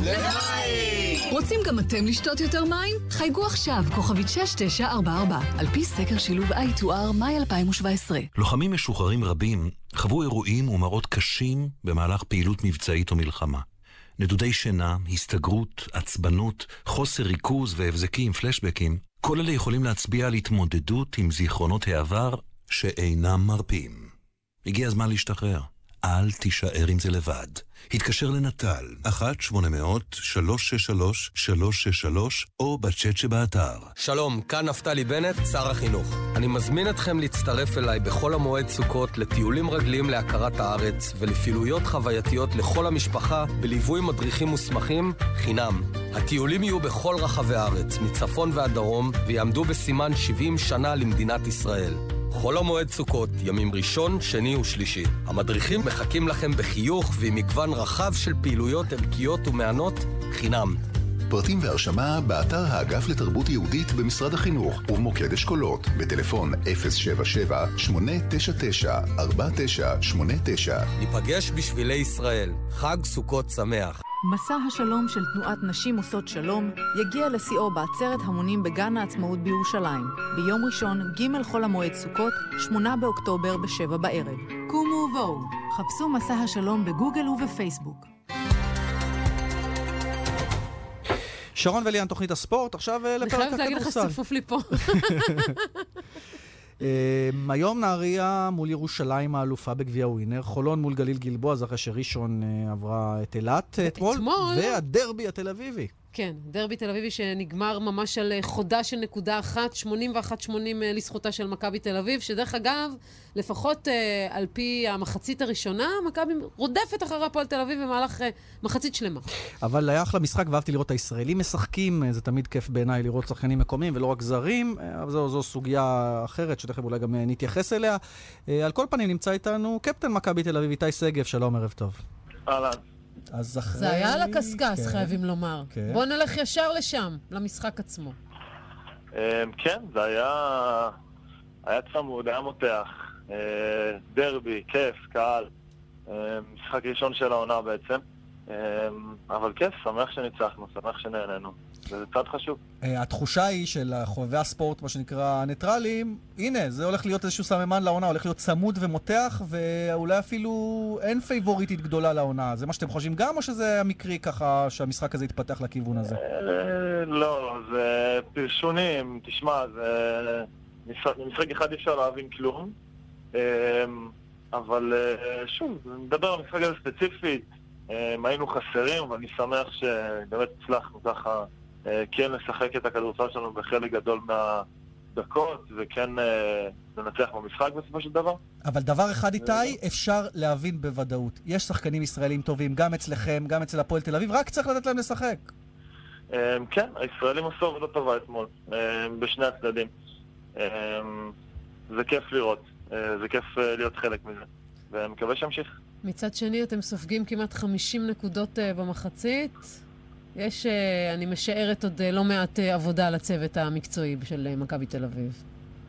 למים! רוצים גם אתם לשתות יותר מים? חייגו עכשיו, כוכבית שש תשע ארבע ארבע, על פי סקר שילוב איי טו אר, מאי אלפיים שבע עשרה. לוחמים משוחררים רבים חוו אירועים ומראות קשים במהלך פעילות מבצעית או מלחמה. נדודי שינה, הסתגרות, עצבנות, חוסר ריכוז והבזקים, פלשבקים, כל אלה יכולים להצביע על התמודדות עם זיכרונות העבר שאינם מרפים. הגיע הזמן להשתחרר. אל תישאר עם זה לבד. התקשר לנטל, אחת שמונה מאות שלוש שש שלוש שלוש שש שלוש, או בצ'אט שבאתר. שלום, כאן נפתלי בנט, שר החינוך. אני מזמין אתכם להצטרף אליי בכל המועד סוכות לטיולים רגליים להכרת הארץ ולפעילויות חווייתיות לכל המשפחה בליווי מדריכים מוסמכים חינם. הטיולים יהיו בכל רחבי הארץ, מצפון ועד דרום, ויעמדו בסימן שבעים שנה למדינת ישראל. חול המועד סוכות, ימים ראשון, שני ושלישי. המדריכים מחכים לכם בחיוך ועם מגוון רחב של פעילויות ערכיות ומענות חינם. פרטים והרשמה באתר האגף לתרבות יהודית במשרד החינוך ובמוקד אשכולות בטלפון אפס שבע שבע שמונה תשע תשע ארבע תשע שמונה תשע. ניפגש בשבילי ישראל. חג סוכות שמח. מסע השלום של תנועת נשים עושות שלום יגיע לשיאו בעצרת המונים בגן העצמאות בירושלים, ביום ראשון, ג' חול המועד סוכות, שמונה באוקטובר בשבע בערב. קומו ובואו, חפשו מסע השלום בגוגל ובפייסבוק. שרון וליאן, תוכנית הספורט, עכשיו לפרק הכדורסל. אני חייבת להגיד לך שצפוף לי פה. היום נהריה מול ירושלים האלופה בגביע ווינר, חולון מול גליל גלבוע, אחרי שראשון עברה את אילת אתמול, והדרבי התל אביבי. כן, דרבי תל אביבי שנגמר ממש על חודה של נקודה אחת, שמונים ואחת שמונים לזכותה של מכבי תל אביב, שדרך אגב, לפחות אה, על פי המחצית הראשונה, מכבי רודפת אחרי הפועל תל אביב במהלך אה, מחצית שלמה. אבל היה אחלה משחק, ואהבתי לראות את הישראלים משחקים, זה תמיד כיף בעיניי לראות שחקנים מקומיים ולא רק זרים, אבל זו, זו סוגיה אחרת שתכף אולי גם נתייחס אליה. אה, על כל פנים נמצא איתנו קפטן מכבי תל אביב, איתי שגב, שלום, ערב טוב. אהלן. אז אחרי... זה היה על הקסקס, כן. חייבים לומר. כן. בוא נלך ישר לשם, למשחק עצמו. כן, זה היה... היה צמוד, היה מותח. דרבי, כיף, קהל. משחק ראשון של העונה בעצם. אבל כיף, שמח שניצחנו, שמח שנהננו. זה צד חשוב. התחושה היא של חובבי הספורט, מה שנקרא ניטרלים, הנה, זה הולך להיות איזשהו סממן לעונה, הולך להיות צמוד ומותח, ואולי אפילו אין פייבוריטית גדולה לעונה. זה מה שאתם חושבים גם, או שזה המקרי ככה שהמשחק הזה יתפתח לכיוון הזה? לא, זה פרשונים, תשמע, זה... משחק אחד אפשר להבין כלום, אבל שוב, נדבר על המשחק הזה ספציפית, היינו חסרים, ואני שמח שבאמת הצלחנו ככה כן לשחק את הכדורסל שלנו בחלק גדול מהדקות, וכן לנצח במשחק בסופו של דבר. אבל דבר אחד איתי, אפשר להבין בוודאות. יש שחקנים ישראלים טובים, גם אצלכם, גם אצל הפועל תל אביב, רק צריך לתת להם לשחק. כן, הישראלים עשו עבודה טובה אתמול, בשני הצדדים. זה כיף לראות, זה כיף להיות חלק מזה, ומקווה שימשיך. מצד שני, אתם סופגים כמעט חמישים נקודות במחצית. יש, אני משערת עוד לא מעט עבודה לצוות המקצועי של מכבי תל אביב.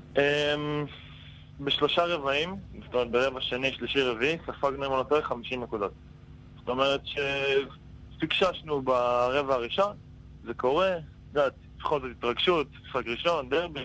בשלושה רבעים, זאת אומרת ברבע שני, שלישי רביעי, ספגנו עם הנותר חמישים נקודות. זאת אומרת שפיקששנו ברבע הראשון, זה קורה, יודעת, בכל זאת התרגשות, משחק ראשון, דרבי.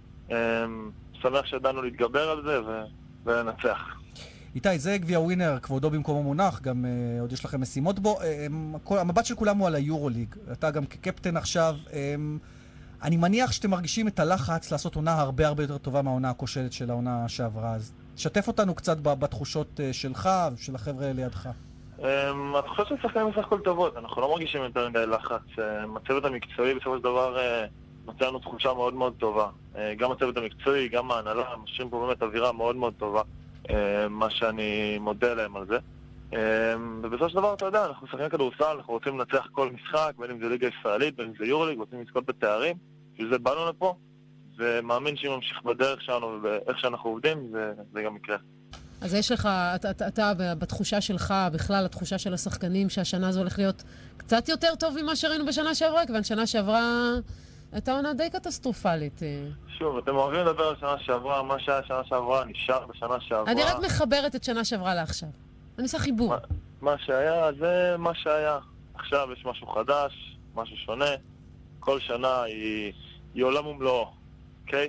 שמח שידענו להתגבר על זה ולנצח. איתי, זה גביע ווינר, כבודו במקומו מונח, גם uh, עוד יש לכם משימות בו. Um, כל, המבט של כולם הוא על היורוליג. אתה גם כקפטן עכשיו. Um, אני מניח שאתם מרגישים את הלחץ לעשות עונה הרבה הרבה יותר טובה מהעונה הכושלת של העונה שעברה. אז תשתף אותנו קצת בתחושות uh, שלך ושל החבר'ה לידך. Um, התחושות של שחקנים בסך הכל טובות. אנחנו לא מרגישים יותר מדי לחץ. Uh, הצוות המקצועי בסופו של דבר uh, מצא לנו תחושה מאוד מאוד טובה. Uh, גם הצוות המקצועי, גם ההנהלה, משאירים פה באמת אווירה מאוד מאוד טובה. מה שאני מודה להם על זה. ובסופו של דבר, אתה יודע, אנחנו שחקנים כדורסל, אנחנו רוצים לנצח כל משחק, בין אם זה ליגה ישראלית, בין אם זה יורוליג, רוצים לזכות בתארים, בשביל זה באנו לפה, ומאמין שאם נמשיך בדרך שלנו ובאיך שאנחנו עובדים, זה, זה גם יקרה. אז יש לך, אתה, אתה, אתה בתחושה שלך, בכלל, התחושה של השחקנים, שהשנה הזו הולך להיות קצת יותר טוב ממה שראינו בשנה שעברה, כיוון שנה שעברה הייתה עונה די קטסטרופלית. שוב, אתם אוהבים לדבר על שנה שעברה, מה שהיה שנה שעברה נשאר בשנה שעברה. אני רק מחברת את שנה שעברה לעכשיו. אני עושה חיבור. מה, מה שהיה, זה מה שהיה. עכשיו יש משהו חדש, משהו שונה. כל שנה היא, היא עולם ומלואו, אוקיי?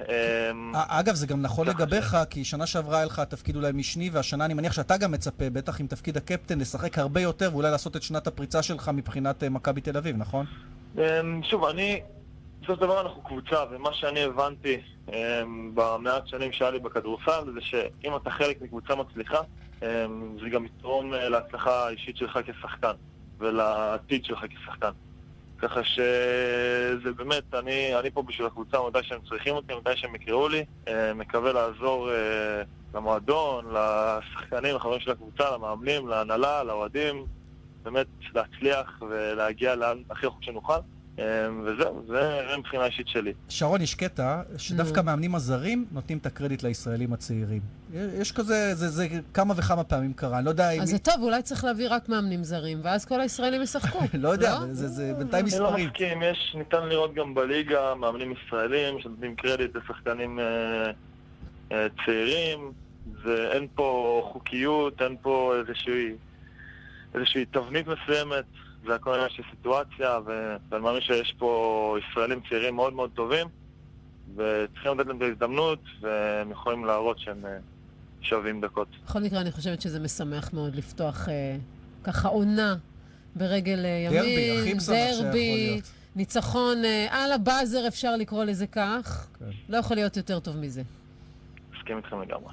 אגב, זה גם נכון לגביך, כי שנה שעברה היה לך תפקיד אולי משני, והשנה אני מניח שאתה גם מצפה, בטח עם תפקיד הקפטן, לשחק הרבה יותר, ואולי לעשות את שנת הפריצה שלך מבחינת מכבי תל אביב, נכון? שוב, אני... בסוף דבר אנחנו קבוצה, ומה שאני הבנתי במעט שנים שהיה לי בכדורסל, זה שאם אתה חלק מקבוצה מצליחה, זה גם יתרום להצלחה האישית שלך כשחקן, ולעתיד שלך כשחקן. ככה שזה באמת, אני, אני פה בשביל הקבוצה, מדי שהם צריכים אותי, מדי שהם יקראו לי, מקווה לעזור למועדון, לשחקנים, לחברים של הקבוצה, למאמנים, להנהלה, לאוהדים, באמת להצליח ולהגיע לאן הכי רחוק שנוכל. וזהו, זה מבחינה אישית שלי. שרון, יש קטע שדווקא מאמנים הזרים נותנים את הקרדיט לישראלים הצעירים. יש כזה, זה, זה כמה וכמה פעמים קרה, אני לא יודע אם... אז זה טוב, אולי צריך להביא רק מאמנים זרים, ואז כל הישראלים ישחקו. לא יודע, זה, זה בינתיים מספרים. אני לא מסכים, יש, ניתן לראות גם בליגה מאמנים ישראלים שנותנים קרדיט לשחקנים אה, אה, צעירים, ואין פה חוקיות, אין פה איזושהי, איזושהי תבנית מסוימת. זה הכל עניין של סיטואציה, ואני מאמין שיש פה ישראלים צעירים מאוד מאוד טובים, וצריכים לתת להם את ההזדמנות, והם יכולים להראות שהם שווים דקות. בכל מקרה, אני חושבת שזה משמח מאוד לפתוח אה, ככה עונה ברגל ימין. דרבי, הכי משמח שיכול להיות. ניצחון אה, על הבאזר, אפשר לקרוא לזה כך. כן. לא יכול להיות יותר טוב מזה. מסכים איתכם לגמרי.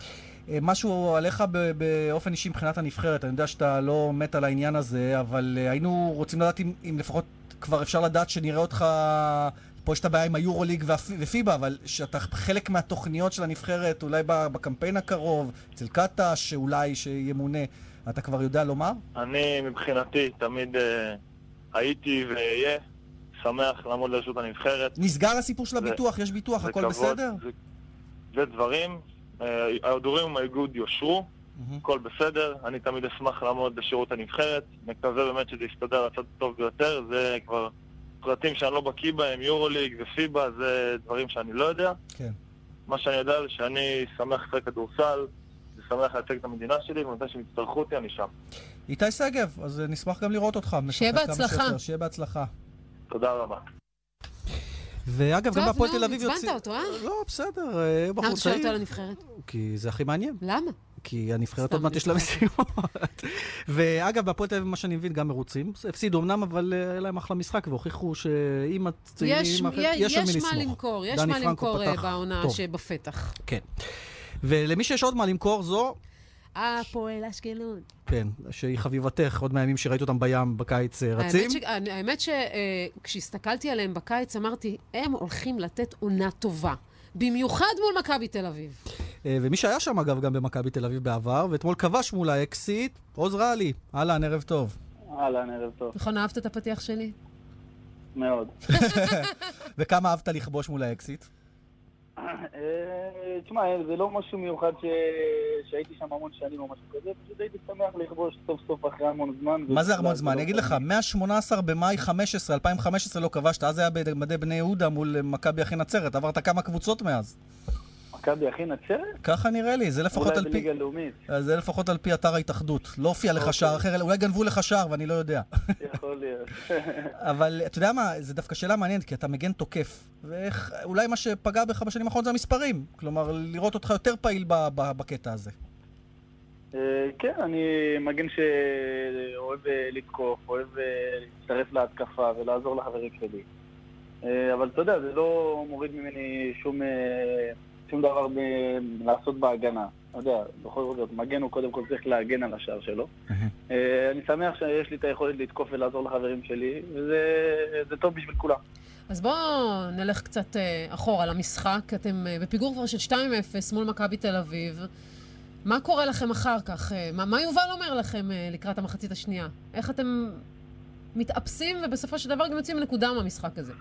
משהו עליך באופן אישי מבחינת הנבחרת, אני יודע שאתה לא מת על העניין הזה, אבל היינו רוצים לדעת אם, אם לפחות כבר אפשר לדעת שנראה אותך, פה יש את הבעיה עם היורוליג ופיבה, אבל שאתה חלק מהתוכניות של הנבחרת, אולי בקמפיין הקרוב, אצל קטש, אולי שימונה, אתה כבר יודע לומר? אני מבחינתי תמיד uh, הייתי ואהיה שמח לעמוד לרשות הנבחרת. נסגר הסיפור של הביטוח, יש ביטוח, הכל בסדר? זה, זה דברים, uh, ההדורים מהאיגוד יושרו, mm-hmm. הכל בסדר, אני תמיד אשמח לעמוד לשירות הנבחרת, מקווה באמת שזה יסתדר לצד טוב ביותר, זה כבר פרטים שאני לא בקיא בהם, יורוליג ופיבה, זה דברים שאני לא יודע. כן. מה שאני יודע זה שאני שמח לשחק כדורסל, ושמח לייצג את המדינה שלי, ומתי שהם יצטרכו אותי, אני שם. איתי שגב, אז נשמח גם לראות אותך. שיהיה בהצלחה. שיהיה בהצלחה. תודה רבה. ואגב, גם בהפועל תל אביב יוצאים... טוב, נו, עצבנת אותו, אה? לא, בסדר, בחור צעיר. למה תשאל אותו על הנבחרת? כי זה הכי מעניין. למה? כי הנבחרת עוד מעט יש לה משימות. ואגב, בהפועל תל אביב, מה שאני מבין, גם מרוצים. הפסידו אמנם, אבל היה להם אחלה משחק, והוכיחו שאם הצעירים... יש מה למכור, יש מה למכור בעונה שבפתח. כן. ולמי שיש עוד מה למכור, זו... הפועל אשקלון. כן, שהיא חביבתך, עוד מהימים שראית אותם בים בקיץ רצים. האמת שכשהסתכלתי עליהם בקיץ, אמרתי, הם הולכים לתת עונה טובה. במיוחד מול מכבי תל אביב. ומי שהיה שם, אגב, גם במכבי תל אביב בעבר, ואתמול כבש מול האקסיט, עוז רעלי. אהלן, ערב טוב. אהלן, ערב טוב. נכון, אהבת את הפתיח שלי? מאוד. וכמה אהבת לכבוש מול האקסיט? תשמע, זה לא משהו מיוחד שהייתי שם המון שנים או משהו כזה, פשוט הייתי שמח לכבוש סוף סוף אחרי המון זמן. מה זה המון זמן? אני אגיד לך, מה-שמונה עשר במאי אלפיים וחמש עשרה לא כבשת, אז היה במדי בני יהודה מול מכבי אחי נצרת, עברת כמה קבוצות מאז. מכבי אחי נצרת? ככה נראה לי, זה לפחות על פי... אולי בליגה לאומית. זה לפחות על פי אתר ההתאחדות. לא הופיע לך שער אחר, אולי גנבו לך שער ואני לא יודע. יכול להיות. אבל אתה יודע מה, זה דווקא שאלה מעניינת, כי אתה מגן תוקף. ואולי מה שפגע בך בשנים האחרונות זה המספרים. כלומר, לראות אותך יותר פעיל בקטע הזה. כן, אני מגן שאוהב לתקוף, אוהב להצטרף להתקפה ולעזור לחברים שלי. אבל אתה יודע, זה לא מוריד ממני שום... שום דבר ב- לעשות בהגנה. אתה יודע, בכל זאת, מגן הוא קודם כל צריך להגן על השער שלו. אני שמח שיש לי את היכולת לתקוף ולעזור לחברים שלי, וזה טוב בשביל כולם. אז בואו נלך קצת אחורה למשחק. אתם בפיגור כבר של שתיים אפס מול מכבי תל אביב. מה קורה לכם אחר כך? מה, מה יובל אומר לכם לקראת המחצית השנייה? איך אתם מתאפסים ובסופו של דבר גם יוצאים מנקודה מהמשחק הזה?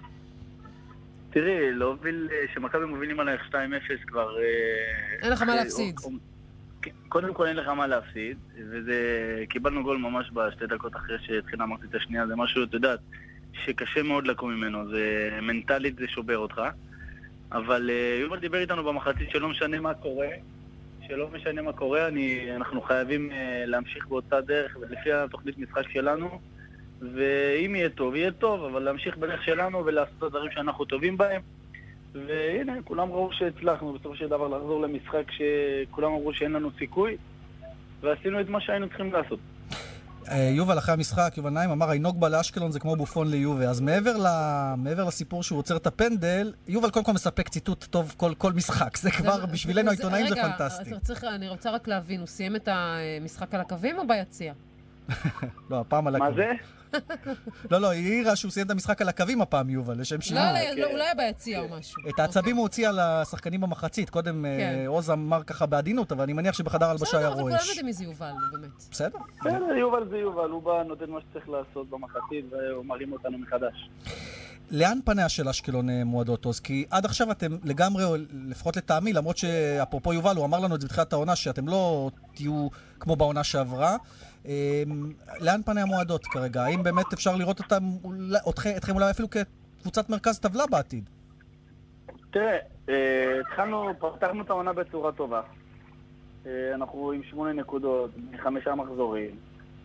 תראי, להוביל, שמכבי מובילים עלייך שתיים אפס כבר... אין לך מה להפסיד. קודם כל אין לך מה להפסיד, וזה... קיבלנו גול ממש בשתי דקות אחרי שהתחילה המחצית השנייה, זה משהו, אתה יודעת, שקשה מאוד לקום ממנו, זה מנטלית זה שובר אותך, אבל יובל דיבר איתנו במחצית שלא משנה מה קורה, שלא משנה מה קורה, אני... אנחנו חייבים להמשיך באותה דרך, ולפי התוכנית משחק שלנו, ואם יהיה טוב, יהיה טוב, אבל להמשיך בדרך שלנו ולעשות את הדברים שאנחנו טובים בהם. והנה, כולם ראו שהצלחנו בסופו של דבר לחזור למשחק שכולם אמרו שאין לנו סיכוי, ועשינו את מה שהיינו צריכים לעשות. יובל, אחרי המשחק, יובל נעים אמר, הינוגבה לאשקלון זה כמו בופון ליובה. אז מעבר, ל... מעבר לסיפור שהוא עוצר את הפנדל, יובל קודם כל מספק ציטוט טוב כל, כל משחק. זה כבר, זה, בשבילנו זה, העיתונאים רגע, זה פנטסטי. רגע, אני רוצה רק להבין, הוא סיים את המשחק על הקווים או ביציע? לא, הפעם על הקווים. מה זה? לא, לא, היא העירה שהוא סיים את המשחק על הקווים הפעם, יובל, לשם שינוי. לא, אולי ביציע או משהו. את העצבים הוא הוציא על השחקנים במחצית. קודם עוז אמר ככה בעדינות, אבל אני מניח שבחדר הלבשה היה רועש. בסדר, אבל כולם יודעים מי זה יובל, באמת. בסדר? בסדר, יובל זה יובל, הוא בא, נותן מה שצריך לעשות במחצית, והוא מרים אותנו מחדש. לאן פניה של אשקלון מועדות, עוז? כי עד עכשיו אתם לגמרי, לפחות לטעמי, למרות שאפרופו יובל, הוא אמר לנו את זה בתחילת העונה, שאתם לא תהיו כמו בעונה שעברה. לאן פני המועדות כרגע? האם באמת אפשר לראות אותם, אתכם אולי אפילו כקבוצת מרכז טבלה בעתיד? תראה, התחלנו, פתחנו את העונה בצורה טובה. אנחנו עם שמונה נקודות, חמישה מחזורים.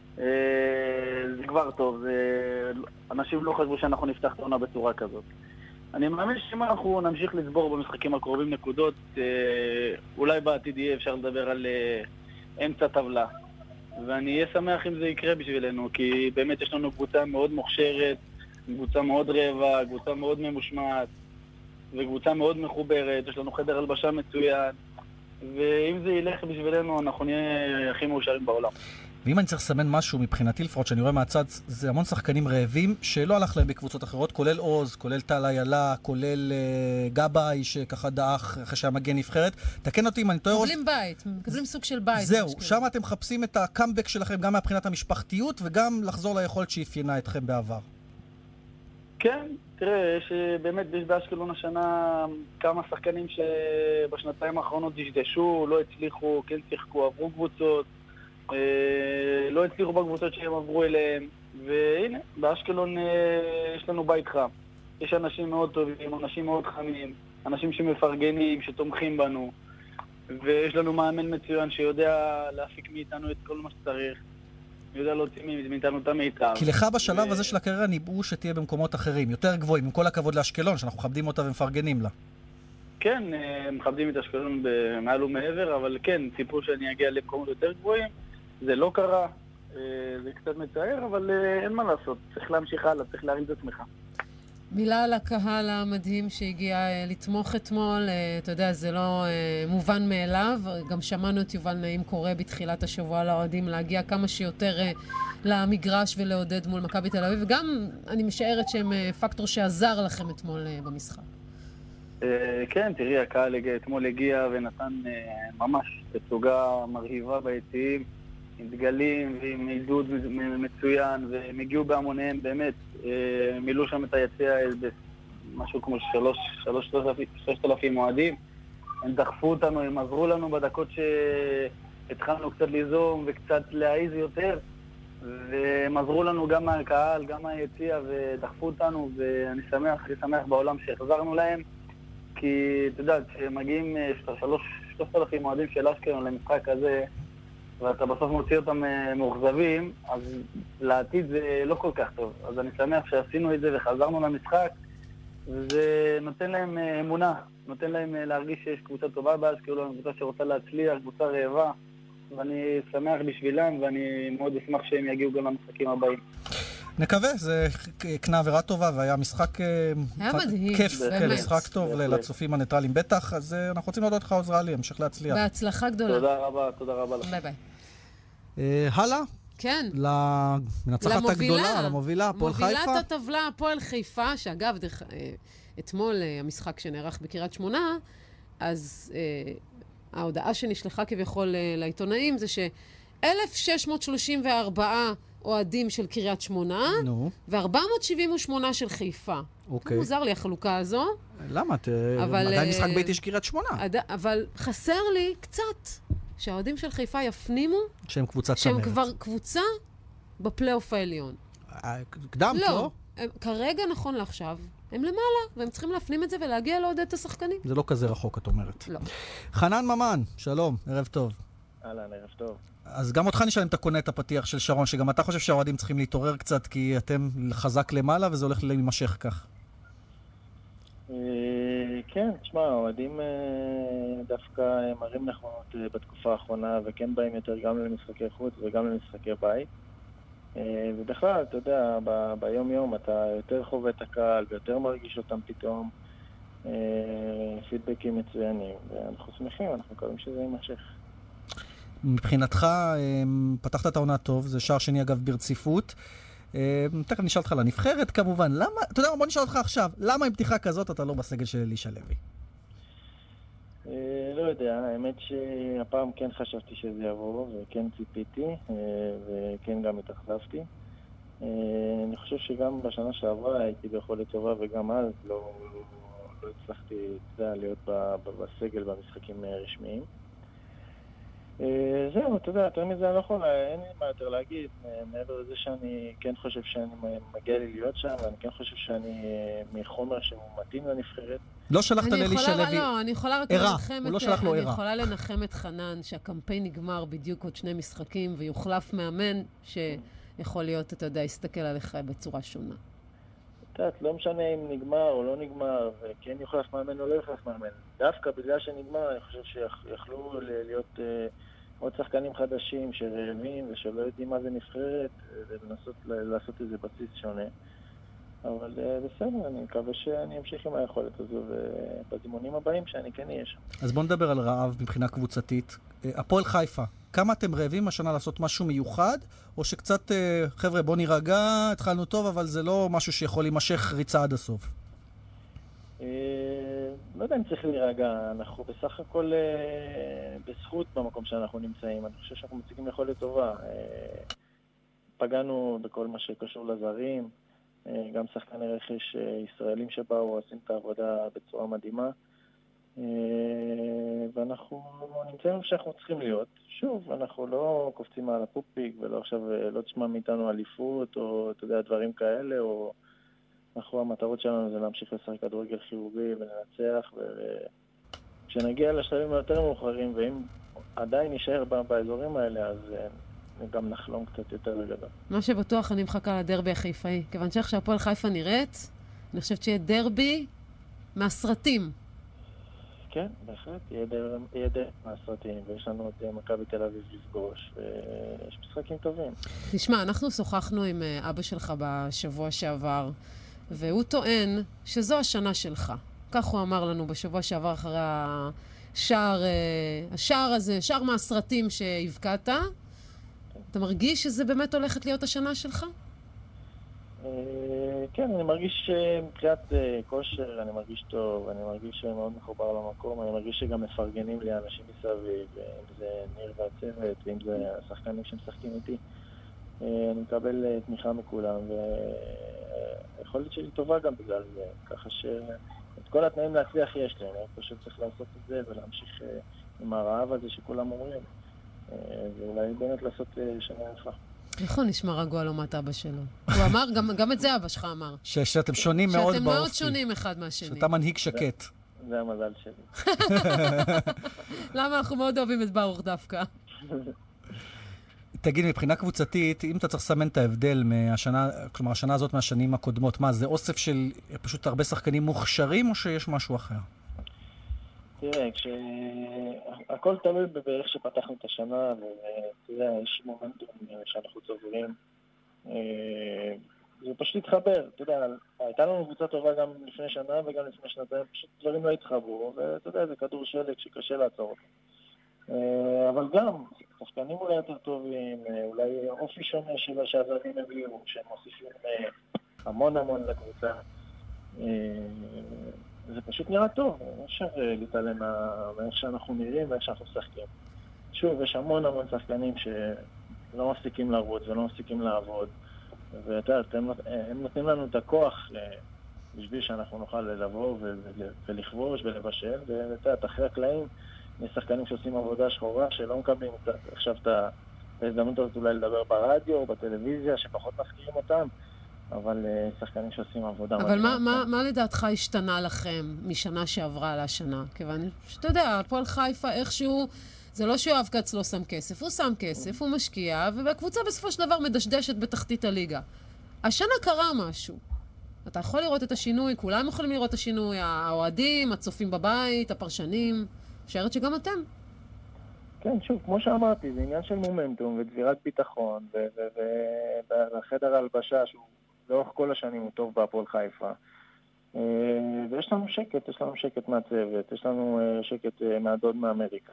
זה כבר טוב, אנשים לא חשבו שאנחנו נפתח את העונה בצורה כזאת. אני מאמין שאם אנחנו נמשיך לסבור במשחקים הקרובים נקודות, אולי בעתיד יהיה אפשר לדבר על אמצע טבלה. ואני אהיה שמח אם זה יקרה בשבילנו, כי באמת יש לנו קבוצה מאוד מוכשרת, קבוצה מאוד רעבה, קבוצה מאוד ממושמעת, וקבוצה מאוד מחוברת, יש לנו חדר הלבשה מצוין. ואם זה ילך בשבילנו, אנחנו נהיה הכי מאושרים בעולם. ואם אני צריך לסמן משהו מבחינתי לפחות, שאני רואה מהצד, זה המון שחקנים רעבים שלא הלך להם בקבוצות אחרות, כולל עוז, כולל טל איילה, כולל uh, גבאי שככה דאח אחרי שהיה מגן נבחרת. תקן אותי אם אני טועה עוז. מקבלים בית, מקבלים סוג של בית. זהו, שם אתם מחפשים את הקאמבק שלכם גם מבחינת המשפחתיות וגם לחזור ליכולת שאפיינה אתכם בעבר. כן, תראה, יש באמת, יש באשקלון השנה כמה שחקנים שבשנתיים האחרונות דשדשו, לא הצליחו, כן שיחקו, עברו קבוצות, לא הצליחו בקבוצות שהם עברו אליהם, והנה, באשקלון יש לנו בית חם. יש אנשים מאוד טובים, אנשים מאוד חמים, אנשים שמפרגנים, שתומכים בנו, ויש לנו מאמן מצוין שיודע להפיק מאיתנו את כל מה שצריך. יודע להוציא מאיתנו את המיטב. כי לך בשלב הזה של הקריירה ניבאו שתהיה במקומות אחרים, יותר גבוהים, עם כל הכבוד לאשקלון, שאנחנו מכבדים אותה ומפרגנים לה. כן, מכבדים את אשקלון מעל ומעבר, אבל כן, ציפו שאני אגיע למקומות יותר גבוהים. זה לא קרה, זה קצת מצער, אבל אין מה לעשות. צריך להמשיך הלאה, צריך להרים את עצמך. מילה על הקהל המדהים שהגיע לתמוך אתמול, אתה יודע, זה לא מובן מאליו, גם שמענו את יובל נעים קורא בתחילת השבוע לאוהדים להגיע כמה שיותר למגרש ולעודד מול מכבי תל אביב, וגם אני משערת שהם פקטור שעזר לכם אתמול במשחק. כן, תראי, הקהל אתמול הגיע ונתן ממש תצוגה מרהיבה ביציעים, עם דגלים ועם עידוד מצוין, והם הגיעו בהמוניהם, באמת, מילאו שם את היציע משהו כמו שלוש, שלוש, שלושת אלפים מועדים. הם דחפו אותנו, הם עזרו לנו בדקות שהתחלנו קצת ליזום וקצת להעיז יותר, והם עזרו לנו גם מהקהל, גם מהיציע, ודחפו אותנו, ואני שמח, אני שמח בעולם שהחזרנו להם, כי אתה יודע, כשמגיעים שלוש, שלושת אלפים מועדים של אשקלון למשחק הזה, ואתה בסוף מוציא אותם מאוכזבים, אז לעתיד זה לא כל כך טוב. אז אני שמח שעשינו את זה וחזרנו למשחק, וזה נותן להם אמונה, נותן להם להרגיש שיש קבוצה טובה באשקלון, קבוצה שרוצה להצליח, קבוצה רעבה, ואני שמח בשבילם, ואני מאוד אשמח שהם יגיעו גם למשחקים הבאים. נקווה, זה קנה עבירה טובה, והיה משחק כיף, משחק טוב לצופים הניטרלים בטח, אז אנחנו רוצים להודות לך עוז רלי, המשך להצליח. בהצלחה גדולה. תודה רבה, תודה רבה לך. ביי ביי. הלאה? כן. למנצחת הגדולה, למובילה, הפועל חיפה. מובילת הטבלה, הפועל חיפה, שאגב, אתמול המשחק שנערך בקריית שמונה, אז ההודעה שנשלחה כביכול לעיתונאים זה ש-אלף שש מאות שלושים וארבע אוהדים של קריית שמונה, ו-ארבע מאות שבעים ושמונה של חיפה. אוקיי. מוזר לי החלוקה הזו. למה? עדיין משחק ביתי של קריית שמונה. אבל חסר לי קצת שהאוהדים של חיפה יפנימו שהם קבוצה צמרת. שהם כבר קבוצה בפלייאוף העליון. קדמת, לא? כרגע, נכון לעכשיו, הם למעלה, והם צריכים להפנים את זה ולהגיע לעודד את השחקנים. זה לא כזה רחוק, את אומרת. לא. חנן ממן, שלום, ערב טוב. אהלן, ערב טוב. אז גם אותך נשאל אם אתה קונה את הפתיח של שרון, שגם אתה חושב שהאוהדים צריכים להתעורר קצת, כי אתם חזק למעלה וזה הולך להימשך כך. כן, תשמע, האוהדים דווקא מראים נכונות בתקופה האחרונה, וכן באים יותר גם למשחקי חוץ וגם למשחקי בית. ובכלל, אתה יודע, ביום יום אתה יותר חווה את הקהל ויותר מרגיש אותם פתאום. פידבקים מצוינים, ואנחנו שמחים, אנחנו מקווים שזה יימשך. מבחינתך, פתחת את העונה טוב, זה שער שני אגב ברציפות. תכף נשאל אותך לנבחרת כמובן, למה, אתה יודע, בוא נשאל אותך עכשיו, למה עם פתיחה כזאת אתה לא בסגל של אלישע לוי? לא יודע, האמת שהפעם כן חשבתי שזה יבוא, וכן ציפיתי, וכן גם התאכזבתי. אני חושב שגם בשנה שעברה הייתי ביכולת טובה, וגם אז לא הצלחתי להיות בסגל במשחקים רשמיים. זהו, אתה יודע, יותר מזה אני לא יכול, אין לי מה יותר להגיד, מעבר לזה שאני כן חושב שאני מגיע לי להיות שם, ואני כן חושב שאני מחומר שהוא מתאים לנבחרת. לא שלחת לאלישע לוי ערה, לא, אני יכולה רק ערה, לנחם הוא לא את, שלח לו אני ערה. יכולה לנחם את חנן שהקמפיין נגמר בדיוק עוד שני משחקים, ויוחלף מאמן שיכול להיות, אתה יודע, יסתכל עליך בצורה שונה. אתה יודע, לא משנה אם נגמר או לא נגמר, וכן יוחלף מאמן או לא יוחלף מאמן. דווקא בגלל שנגמר, אני חושב שיכלו להיות עוד שחקנים חדשים שרעבים ושלא יודעים מה זה נבחרת, ולנסות לעשות איזה בסיס שונה. אבל בסדר, אני מקווה שאני אמשיך עם היכולת הזו, ובזימונים הבאים שאני כן אהיה שם. אז בוא נדבר על רעב מבחינה קבוצתית. הפועל חיפה, כמה אתם רעבים השנה לעשות משהו מיוחד, או שקצת, חבר'ה, בוא נירגע, התחלנו טוב, אבל זה לא משהו שיכול להימשך ריצה עד הסוף? לא יודע אם צריך להירגע, אנחנו בסך הכל בזכות במקום שאנחנו נמצאים. אני חושב שאנחנו מציגים יכולת טובה. פגענו בכל מה שקשור לזרים, גם שחקני רכש ישראלים שבאו, עושים את העבודה בצורה מדהימה, ואנחנו נמצאים איפה שאנחנו צריכים להיות. שוב, אנחנו לא קופצים על הפופיק, ולא עכשיו, לא תשמע מאיתנו אליפות, או אתה יודע, דברים כאלה, או אנחנו, המטרות שלנו זה להמשיך לשחק כדורגל חיובי ולנצח, וכשנגיע לשלבים היותר מאוחרים, ואם עדיין נשאר באזורים האלה, אז גם נחלום קצת יותר בגדול. מה שבטוח, אני מחכה לדרבי החיפאי. כיוון שאיך שהפועל חיפה נראית, אני חושבת שיהיה דרבי מהסרטים. כן, בהחלט. יהיה דרבי מהסרטים, ויש לנו את מכבי תל אביב לפגוש, ויש משחקים טובים. תשמע, אנחנו שוחחנו עם אבא שלך בשבוע שעבר, והוא טוען שזו השנה שלך. כך הוא אמר לנו בשבוע שעבר אחרי השער, השער הזה, שער מהסרטים שהבקעת. אתה מרגיש שזה באמת הולכת להיות השנה שלך? כן, אני מרגיש מבחינת כושר, אני מרגיש טוב, אני מרגיש מאוד מחובר למקום, אני מרגיש שגם מפרגנים לי אנשים מסביב, אם זה ניר והצוות, ואם זה השחקנים שמשחקים איתי. אני מקבל תמיכה מכולם, ויכולת שלי טובה גם בגלל זה, ככה שאת כל התנאים להצליח יש לי, אני פשוט צריך לעשות את זה ולהמשיך עם הרעב הזה שכולם אומרים. ואולי באמת לעשות שנה יפה. נכון, נשמע רגוע לעומת אבא שלו. הוא אמר, גם, גם את זה אבא שלך אמר. שאתם שונים מאוד באופי. שאתם מאוד שונים אחד מהשני. שאתה מנהיג שקט. זה המזל שלי. למה אנחנו מאוד אוהבים את ברוך דווקא? תגיד, מבחינה קבוצתית, אם אתה צריך לסמן את ההבדל מהשנה, כלומר, השנה הזאת מהשנים הקודמות, מה, זה אוסף של פשוט הרבה שחקנים מוכשרים, או שיש משהו אחר? תראה, כשהכל תלוי באיך שפתחנו את השנה, ואתה יודע, יש מומנטום שאנחנו צוברים, זה פשוט התחבר, אתה יודע, הייתה לנו קבוצה טובה גם לפני שנה וגם לפני שנתיים, פשוט דברים לא התחברו, ואתה יודע, זה כדור שלג שקשה לעצור אותו. אבל גם, שחקנים אולי יותר טובים, אולי אופי שונה של השעזרים הביאו, שהם מוסיפים המון המון לקבוצה. זה פשוט נראה טוב, לא אפשר להתעלם מאיך שאנחנו נראים ואיך שאנחנו משחקים. שוב, יש המון המון שחקנים שלא מפסיקים לרוץ ולא מפסיקים לעבוד, ואתה יודע, הם, הם נותנים לנו את הכוח בשביל שאנחנו נוכל לבוא ולכבוש ולבשל, ואתה יודע, אחרי הקלעים יש שחקנים שעושים עבודה שחורה שלא מקבלים עכשיו את ההזדמנות הזאת אולי לדבר ברדיו או בטלוויזיה שפחות מזכירים אותם, אבל שחקנים שעושים עבודה. אבל מה, מה, מה לדעתך השתנה לכם משנה שעברה לשנה? כיוון שאתה יודע, הפועל חיפה איכשהו, זה לא שיואב כץ לא שם כסף, הוא שם כסף, הוא משקיע, ובקבוצה בסופו של דבר מדשדשת בתחתית הליגה. השנה קרה משהו. אתה יכול לראות את השינוי, כולם יכולים לראות את השינוי, האוהדים, הצופים בבית, הפרשנים, אפשרת שגם אתם. כן, שוב, כמו שאמרתי, זה עניין של מומנטום ודבירת ביטחון, והחדר ההלבשה שהוא לאורך כל השנים הוא טוב בהפועל חיפה. ויש לנו שקט, יש לנו שקט מהצוות, יש לנו שקט מהדוד מאמריקה.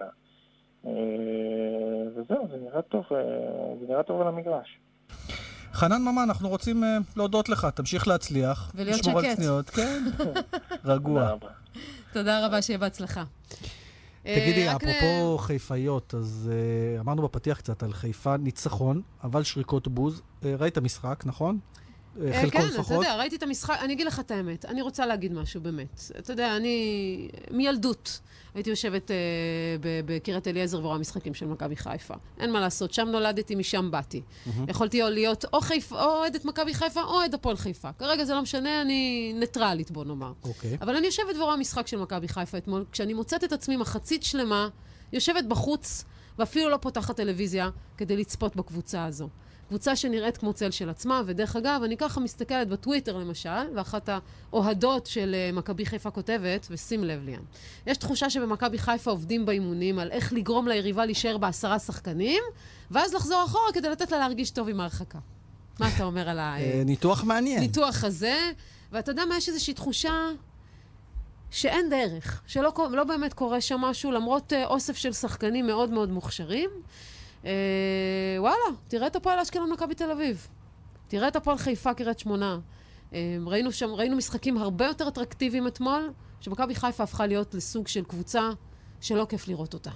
וזהו, זה נראה טוב, זה נראה טוב על המגרש. חנן ממה, אנחנו רוצים להודות לך, תמשיך להצליח. ולהיות שקט. צניעות, כן. רגוע. תודה רבה, שיהיה בהצלחה. תגידי, אפרופו חיפאיות, אז אמרנו בפתיח קצת על חיפה ניצחון, אבל שריקות בוז. ראית משחק, נכון? חלקו לפחות. כן, אתה יודע, ראיתי את המשחק, אני אגיד לך את האמת, אני רוצה להגיד משהו באמת. אתה יודע, אני מילדות הייתי יושבת בקירת אליעזר ורואה משחקים של מכבי חיפה. אין מה לעשות, שם נולדתי, משם באתי. יכולתי להיות או אוהדת מכבי חיפה או אוהד הפועל חיפה. כרגע זה לא משנה, אני ניטרלית, בוא נאמר. אבל אני יושבת ורואה משחק של מכבי חיפה אתמול, כשאני מוצאת את עצמי מחצית שלמה, יושבת בחוץ ואפילו לא פותחת טלוויזיה כדי לצפות בקבוצה הזו. קבוצה שנראית כמו צל של עצמה, ודרך אגב, אני ככה מסתכלת בטוויטר למשל, ואחת האוהדות של מכבי חיפה כותבת, ושים לב ליאן. יש תחושה שבמכבי חיפה עובדים באימונים על איך לגרום ליריבה להישאר בעשרה שחקנים, ואז לחזור אחורה כדי לתת לה להרגיש טוב עם ההרחקה. מה אתה אומר על ה... ניתוח מעניין. ניתוח הזה, ואתה יודע מה, יש איזושהי תחושה שאין דרך, שלא לא באמת קורה שם משהו, למרות אוסף של שחקנים מאוד מאוד מוכשרים. אה, וואלה, תראה את הפועל אשקלון מכבי תל אביב. תראה את הפועל חיפה קריית שמונה. אה, ראינו שם, ראינו משחקים הרבה יותר אטרקטיביים אתמול, שמכבי חיפה הפכה להיות לסוג של קבוצה שלא כיף לראות אותה.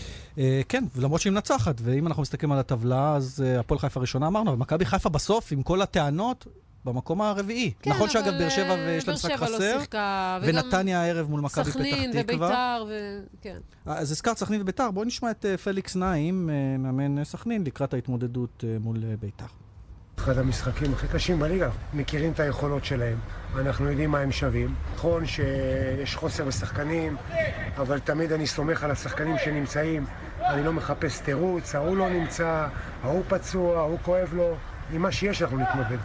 כן, ולמרות שהיא מנצחת, ואם אנחנו מסתכלים על הטבלה, אז הפועל חיפה ראשונה אמרנו, אבל מכבי חיפה בסוף, עם כל הטענות, במקום הרביעי. כן, נכון שאגב, באר שבע ויש לה משחק חסר, לא ונתניה הערב מול מכבי פתח תקווה. סכנין וביתר, ו... כן. אז הזכרת סכנין וביתר, בואו נשמע את פליקס נעים, מאמן סכנין, לקראת ההתמודדות מול ביתר. אחד המשחקים הכי קשים בליגה, מכירים את היכולות שלהם, אנחנו יודעים מה הם שווים. נכון שיש חוסר בשחקנים, אבל תמיד אני סומך על השחקנים שנמצאים, אני לא מחפש תירוץ, ההוא לא נמצא, ההוא פצוע, ההוא כואב לו, עם מה שיש אנחנו נתמודד.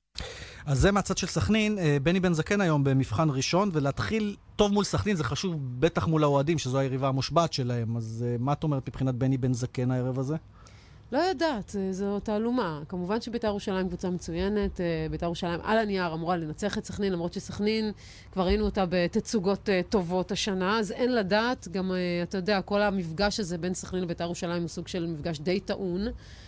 אז זה מהצד של סכנין, בני בן זקן היום במבחן ראשון, ולהתחיל טוב מול סכנין זה חשוב בטח מול האוהדים, שזו היריבה המושבעת שלהם, אז מה את אומרת מבחינת בני בן זקן הערב הזה? לא יודעת, זו תעלומה. כמובן שביתר ירושלים קבוצה מצוינת, ביתר ירושלים על הנייר אמורה לנצח את סכנין, למרות שסכנין כבר ראינו אותה בתצוגות טובות השנה, אז אין לדעת, גם אתה יודע, כל המפגש הזה בין סכנין לביתר ירושלים הוא סוג של מפגש די טעון.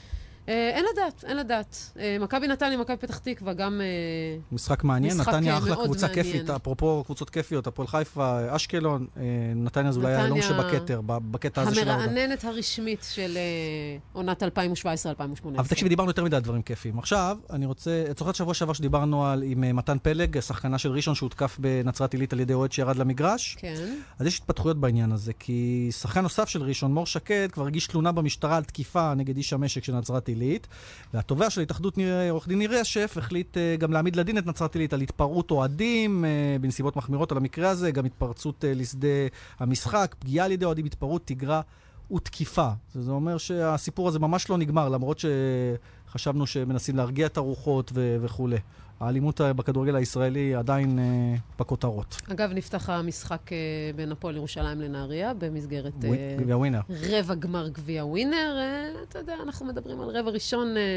אין לדעת, אין לדעת. מכבי נתניה, מכבי פתח תקווה, גם משחק מעניין, נתניה אחלה קבוצה מעניין. כיפית, אפרופו קבוצות כיפיות, הפועל חיפה, אשקלון, נתניה זה אולי הלום שבקטר, בקטע הזה של העונה. המרעננת הרשמית של עונת אלפיים שבע עשרה אלפיים שמונה עשרה. אבל תקשיבי, דיברנו יותר מדי על דברים כיפים. עכשיו, אני רוצה, צוחת שבוע שעבר שדיברנו על, עם מתן פלג, שחקנה של ראשון שהותקף בנצרת עילית על ידי אוהד שירד למגרש. כן. אז יש התפתחויות בעניין הזה, כי שחקן נוסף של ראשון, מור שקד, כבר הגיש תלונה במשטרה על תקיפה נגד איש המשק של נצרת עילית, והתובע של התאחדות עורך דין ניר רשף החליט גם להעמיד לדין את נצרת עילית על התפרעות אוהדים בנסיבות מחמירות על המקרה הזה, גם התפרצות לשדה המשחק, פגיעה על ידי אוהדים, התפרעות, תגרה ותקיפה. זה אומר שהסיפור הזה ממש לא נגמר, למרות שחשבנו שמנסים להרגיע את הרוחות וכו'. האלימות בכדורגל הישראלי עדיין אה, בכותרות. אגב, נפתח המשחק אה, בין הפועל ירושלים לנהריה, במסגרת ו... אה, גביע ווינר. רבע גמר גביע ווינר. אה, אתה יודע, אנחנו מדברים על רבע ראשון אה,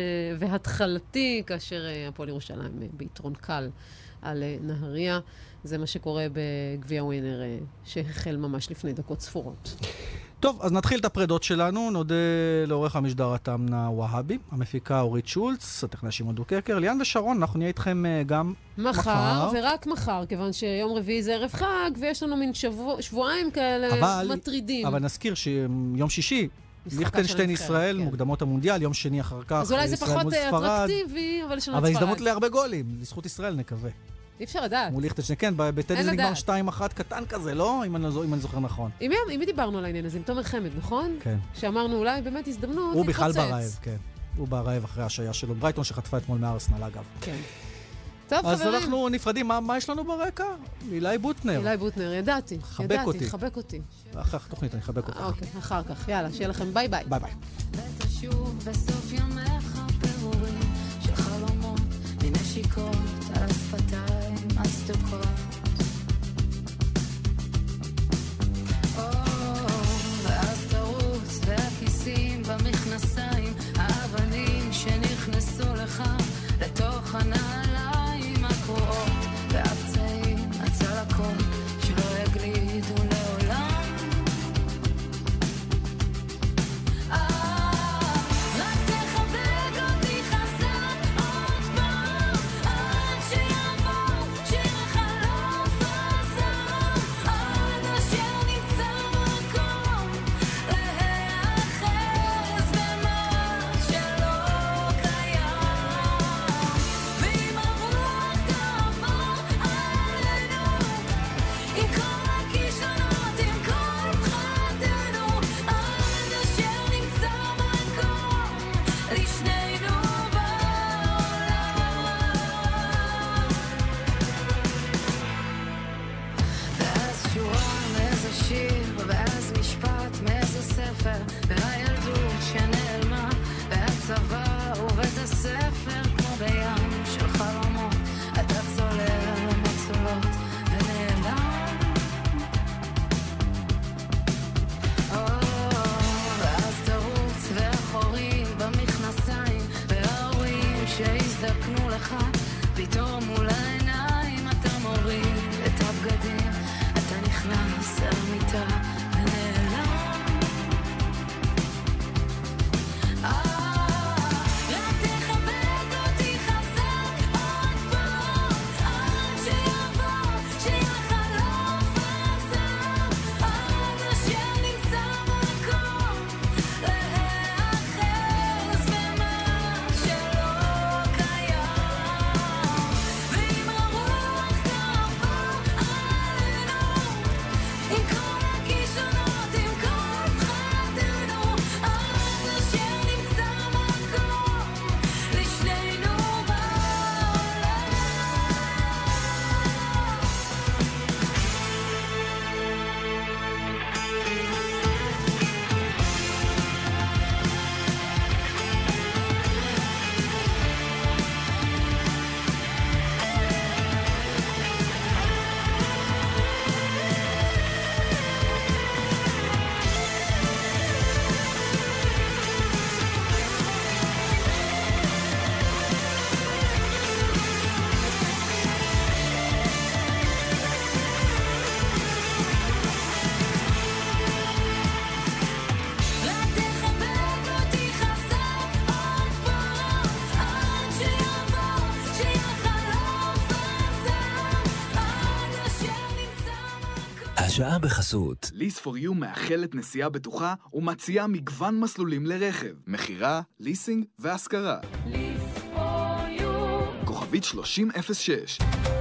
והתחלתי, כאשר אה, הפועל ירושלים אה, ביתרון קל על אה, נהריה. זה מה שקורה בגביע ווינר, אה, שהחל ממש לפני דקות ספורות. טוב, אז נתחיל את הפרדות שלנו. נודה לעורך המשדר התאמנה והבי, המפיקה אורית שולץ, הטכנאי שמעון דוקרקר, ליאן ושרון, אנחנו נהיה איתכם גם מחר. מחר, ורק מחר, כיוון שיום רביעי זה ערב חג, ויש לנו מין שבוע, שבועיים כאלה אבל, מטרידים. אבל נזכיר שיום שישי, ליכטנשטיין ישראל, כן. מוקדמות המונדיאל, יום שני אחר כך, אז אולי זה פחות אטרקטיבי, אבל יש לנו את אבל ספרד. הזדמנות להרבה גולים, לזכות ישראל נקווה. אי אפשר לדעת. מול ליכטנשטיין, כן, בטניס זה נגמר שתיים אחת קטן כזה, לא? אם אני, אם אני זוכר נכון. עם מי דיברנו על העניין הזה? עם תומר חמד, נכון? כן. שאמרנו אולי באמת הזדמנות הוא בכלל ברעב, כן. הוא ברעב אחרי השעיה שלו. ברייטון שחטפה אתמול מארסנל, אגב. כן. טוב, אז חברים. אז אנחנו נפרדים. מה, מה יש לנו ברקע? אילי בוטנר. אילי בוטנר, ידעתי. חבק ידעתי, אותי. חבק אותי. אחר כך תוכנית, אני חבק אותך. אוקיי, אחר כך. יאללה, שיהיה לכם ביי ביי. ביי ביי. ותשוב בסוף ימיך פירורים של חלומות מנשיקות על השפתיים הסדוקות. ואז תרוץ והכיסים במכנסיים, האבנים שנכנסו לך לתוך הנעליים הקרועות, והפצעים הצלקות שלא יגלידו לעולם. חלום השעה בחסות. ליס פור יו מאחלת נסיעה בטוחה ומציעה מגוון מסלולים לרכב, מחירה, ליסינג והשכרה. ליס פור יו כוכבית שלושים אפס שש.